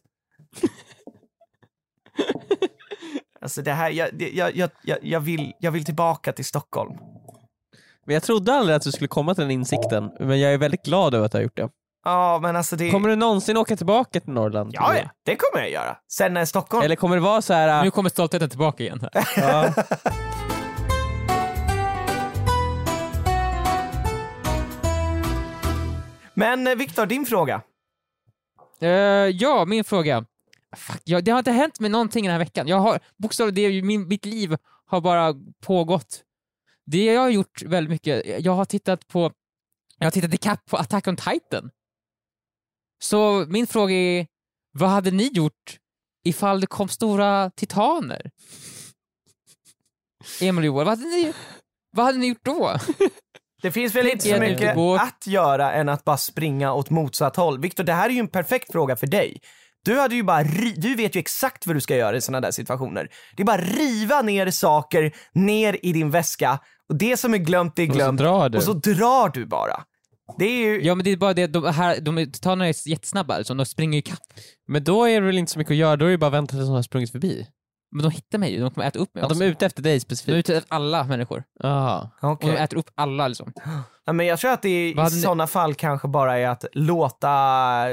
Speaker 3: Alltså det här, jag vill tillbaka till Stockholm.
Speaker 2: Men jag trodde aldrig att du skulle komma till den insikten. Men jag är väldigt glad över att du har gjort det.
Speaker 3: Ja, men alltså det...
Speaker 2: Kommer du någonsin åka tillbaka till Norrland?
Speaker 3: Ja, det kommer jag göra. Sen när Stockholm...
Speaker 2: Eller kommer det vara så här...
Speaker 4: Nu kommer stoltheten tillbaka igen.
Speaker 2: Ja.
Speaker 3: Men Viktor, din fråga.
Speaker 4: Ja, min fråga. Det har inte hänt med någonting den här veckan. Jag har bokstavligen, mitt liv har bara pågått. Det jag har gjort väldigt mycket. Jag har tittat ikapp på Attack on Titan. Så min fråga är, vad hade ni gjort ifall det kom stora titaner? Emil och Joel, vad hade ni gjort då?
Speaker 3: Det finns väl inte så mycket att göra än att bara springa åt motsatt håll. Viktor, det här är ju en perfekt fråga för dig. Du vet ju exakt vad du ska göra i såna där situationer. Det är bara riva ner saker ner i din väska. Och det som är glömt, det är glömt. Och så drar du bara. Det är ju...
Speaker 4: Ja, men det är bara det, de titanerna är jättesnabba, alltså, de springer ju kapp.
Speaker 2: Men då är det väl inte så mycket att göra, då är det bara att vänta tills de har sprungit förbi.
Speaker 4: Men de hittar mig ju, de kommer äta upp mig också.
Speaker 2: De är ute efter dig specifikt.
Speaker 4: De är ute efter alla människor.
Speaker 2: Aha.
Speaker 3: Okay.
Speaker 4: Och de äter upp alla liksom.
Speaker 3: Ja, men jag tror att det i sådana fall kanske bara är att låta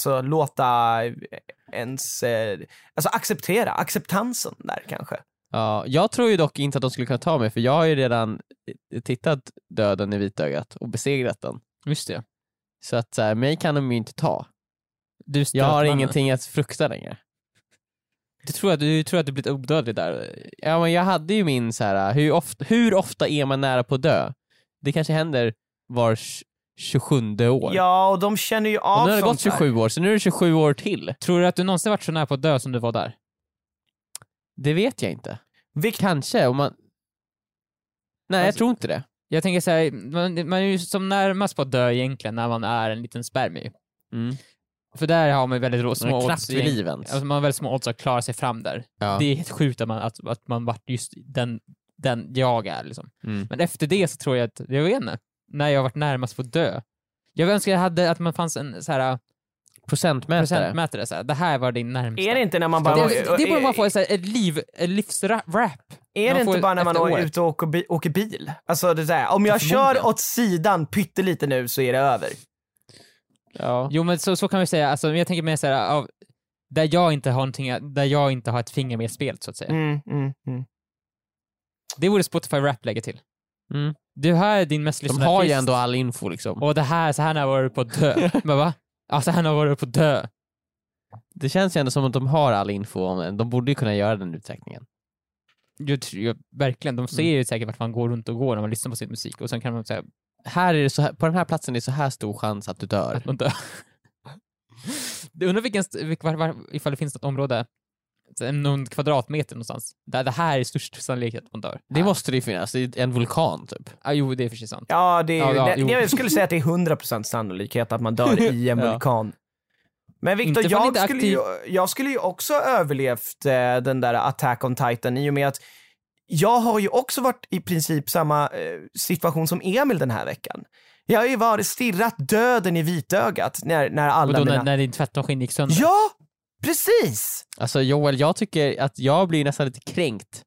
Speaker 3: ens acceptera acceptansen där kanske.
Speaker 2: Ja, jag tror ju dock inte att de skulle kunna ta mig, för jag har ju redan tittat döden i vitögat och besegrat den.
Speaker 4: Just det.
Speaker 2: Så att mig kan de ju inte ta. Jag har ingenting att frukta längre.
Speaker 4: Du tror att du blivit odödlig där?
Speaker 2: Ja, men jag hade ju min så här, hur ofta är man nära på att dö? Det kanske händer var 27 år.
Speaker 3: Ja, och de känner ju av.
Speaker 2: Och nu har det gått 27 år, så nu är det 27 år till.
Speaker 4: Tror du att du någonsin varit så nära på att dö som du var där?
Speaker 2: Det vet jag inte. Kanske, om man... Nej, jag tror inte det.
Speaker 4: Jag tänker så här, man är ju som närmast på att dö egentligen när man är en liten spermie. För där har man väldigt små odds
Speaker 2: vid livet.
Speaker 4: Alltså man har väldigt små odds att klara sig fram där. Ja. Det är helt sjukt att man varit just den jag är liksom. Men efter det så tror jag att, jag vet inte, när jag har varit närmast på att dö. Jag önskar att man fanns en så här procentmätare så här. Det här var din närmsta.
Speaker 3: Är det inte när man bara...
Speaker 4: Det borde man få ett livsrap.
Speaker 3: Är det inte bara när man är ute och åker bil? Alltså det där, om jag kör åt sidan pyttelite nu så är det över.
Speaker 2: Ja.
Speaker 4: Jo, men så kan vi säga, alltså jag tänker mer så här, där jag inte har ett finger med i spelet så att säga. Det borde Spotify Rap lägga till. Du här är din mest lyssnade
Speaker 2: De har
Speaker 4: artist.
Speaker 2: ju ändå all info liksom.
Speaker 4: Och det här, så här när var du på att dö. Men va? Ja, så här när var du på att dö.
Speaker 2: Det känns ju ändå som att de har all info om den. De borde ju kunna göra den uträkningen.
Speaker 4: Verkligen, de ser ju säkert vart man går runt och går när man lyssnar på sin musik. Och sen kan man säga,
Speaker 2: här är det så här, på den här platsen är det så här stor chans att du dör.
Speaker 4: att man dör. Jag undrar ifall det finns något område, någon kvadratmeter någonstans, där det här är störst sannolikhet att man dör.
Speaker 2: Det måste det ju finnas, det är en vulkan typ.
Speaker 4: Jo, det är för sig sant.
Speaker 3: Ja, jag skulle säga att det är 100% sannolikhet att man dör i en vulkan. Men Victor, jag skulle ju också överlevt den där Attack on Titan i och med att jag har ju också varit i princip samma situation som Emil den här veckan. Jag har ju varit stirrat döden i vitögat när alla
Speaker 4: och då när din tvättmaskin gick sönder.
Speaker 3: Ja, precis!
Speaker 2: Alltså Joel, jag tycker att jag blir nästan lite kränkt.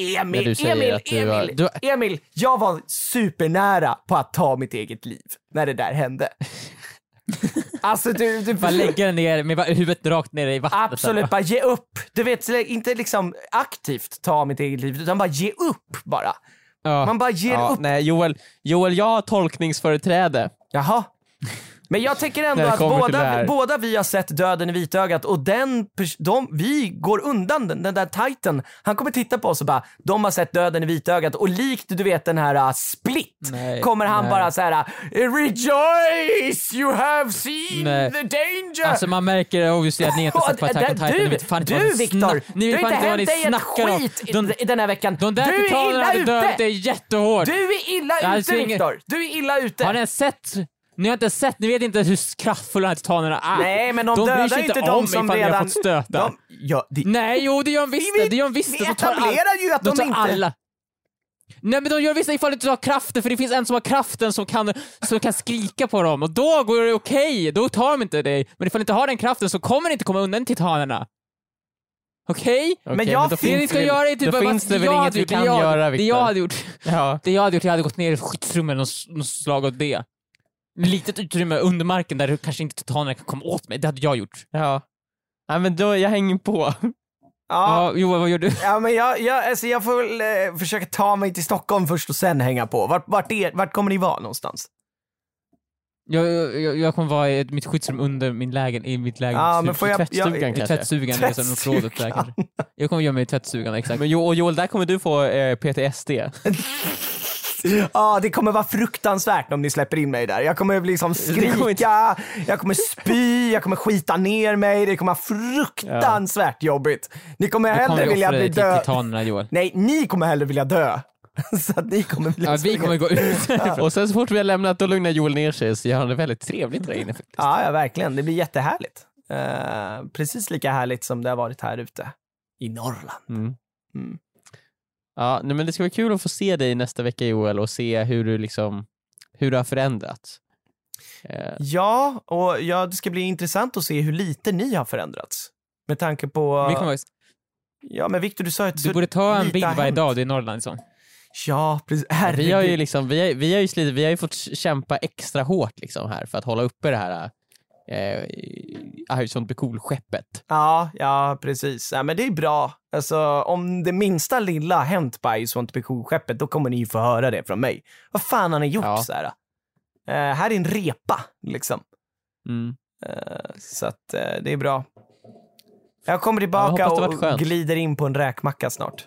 Speaker 3: Emil, jag var supernära på att ta mitt eget liv när det där hände. Alltså du
Speaker 4: bara lägga den ner med huvudet rakt ner i vattnet.
Speaker 3: Absolut, bara ge upp. Du vet, inte liksom aktivt ta mitt eget liv, utan bara ge upp bara.
Speaker 2: Ja.
Speaker 3: Man bara ger upp.
Speaker 2: Nej, Joel, jag har tolkningsföreträde.
Speaker 3: Jaha. Men jag tänker ändå att båda vi har sett döden i vitögat och vi går undan den där Titan. Han kommer titta på oss och bara, de har sett döden i vitögat och likt du vet den här Split kommer han bara så här: rejoice, you have seen the danger.
Speaker 4: Alltså man märker obviously att ni inte sett på Attack on Titan.
Speaker 3: Du Victor, du har inte hänt dig ett skit den här veckan.
Speaker 4: De där titanerna hade dött, det är jättehårt.
Speaker 3: Du är illa ute, Victor. Du är illa ute.
Speaker 4: Har ni sett? Ni har inte sett, ni vet inte hur kraftfulla de här titanerna är.
Speaker 3: Nej, men de dödar inte de som redan
Speaker 4: fått stöta. Nej, jo, det gör de visst. Det gör de visst.
Speaker 3: Vi etablerar ju att de inte...
Speaker 4: Alla. Nej, men de gör visst ifall de inte har kraften, för det finns en som har kraften som kan skrika på dem, och då går det okej. Då tar de inte dig. Men ifall de inte har den kraften så kommer de inte komma undan titanerna. Okej?
Speaker 3: Men
Speaker 4: det ni ska göra är typ
Speaker 2: då finns det väl inget vi kan göra, Victor.
Speaker 4: Det jag hade gjort. Ja. Det jag hade gjort, jag hade gått ner i skyddsrummet något slag av det. Litet utrymme under marken där kanske inte titanerna kan komma åt mig. Det hade jag gjort.
Speaker 2: Ja. Nej, men då jag hänger på.
Speaker 3: Ja.
Speaker 4: Joel, vad gör du?
Speaker 3: Ja, men jag får väl försöka ta mig till Stockholm först och sen hänga på. Vart kommer ni vara någonstans?
Speaker 2: Jag kommer vara i mitt skyddsrum under min mitt lägenhet.
Speaker 3: Ja, men får
Speaker 2: tvättstugan kanske.
Speaker 4: Tvättstugan eller så något där kanske. Jag kommer göra mig i tvättstugan, exakt.
Speaker 2: Men Joel, där kommer du få PTSD.
Speaker 3: Ja, det kommer vara fruktansvärt om ni släpper in mig där. Jag kommer liksom skrika, jag kommer spy, jag kommer skita ner mig. Det kommer vara fruktansvärt jobbigt. Ni kommer hellre vilja bli dö. Nej, ni kommer hellre vilja dö. Så att ni kommer bli
Speaker 4: vi kommer gå ut.
Speaker 2: Och sen så fort vi har lämnat, då lugnar Joel ner sig, så gör han det väldigt trevligt där inne faktiskt.
Speaker 3: Ja, verkligen. Det blir jättehärligt. Precis lika härligt som det har varit här ute i Norrland.
Speaker 2: Ja, men det ska vara kul att få se dig nästa vecka, Joel, och se hur du har förändrats.
Speaker 3: Ja, och det ska bli intressant att se hur lite ni har förändrats. Med tanke på... Ja, men Victor, du sa att...
Speaker 4: Du borde ta en bild varje dag, det är Norrland liksom.
Speaker 3: Ja, precis. Herregud.
Speaker 2: Vi har ju fått kämpa extra hårt liksom här för att hålla uppe det här sånt cool-skeppet.
Speaker 3: Ja, precis. Ja, men det är bra. Alltså, om det minsta lilla hänt på sånt cool-skeppet, då kommer ni ju få höra det från mig. Vad fan har ni gjort så här? Här är en repa, liksom. Så att det är bra. Jag kommer tillbaka och glider in på en räkmacka snart.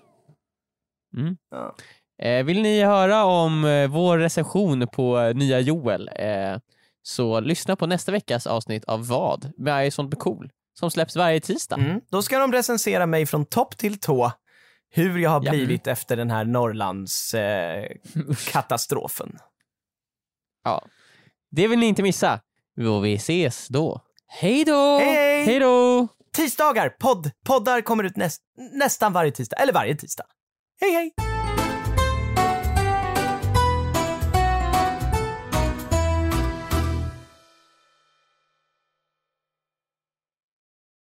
Speaker 2: Vill ni höra om vår recension på nya Joel, så lyssna på nästa veckas avsnitt av Vad med I sånt cool, som släpps varje tisdag.
Speaker 3: Då ska de recensera mig från topp till tå, hur jag har blivit efter den här Norrlands katastrofen.
Speaker 2: Ja, det vill ni inte missa. Vi ses då.
Speaker 4: Hej då!
Speaker 3: Hej
Speaker 2: då!
Speaker 3: Tisdagar, poddar kommer ut nästan varje tisdag, eller varje tisdag. Hej hej!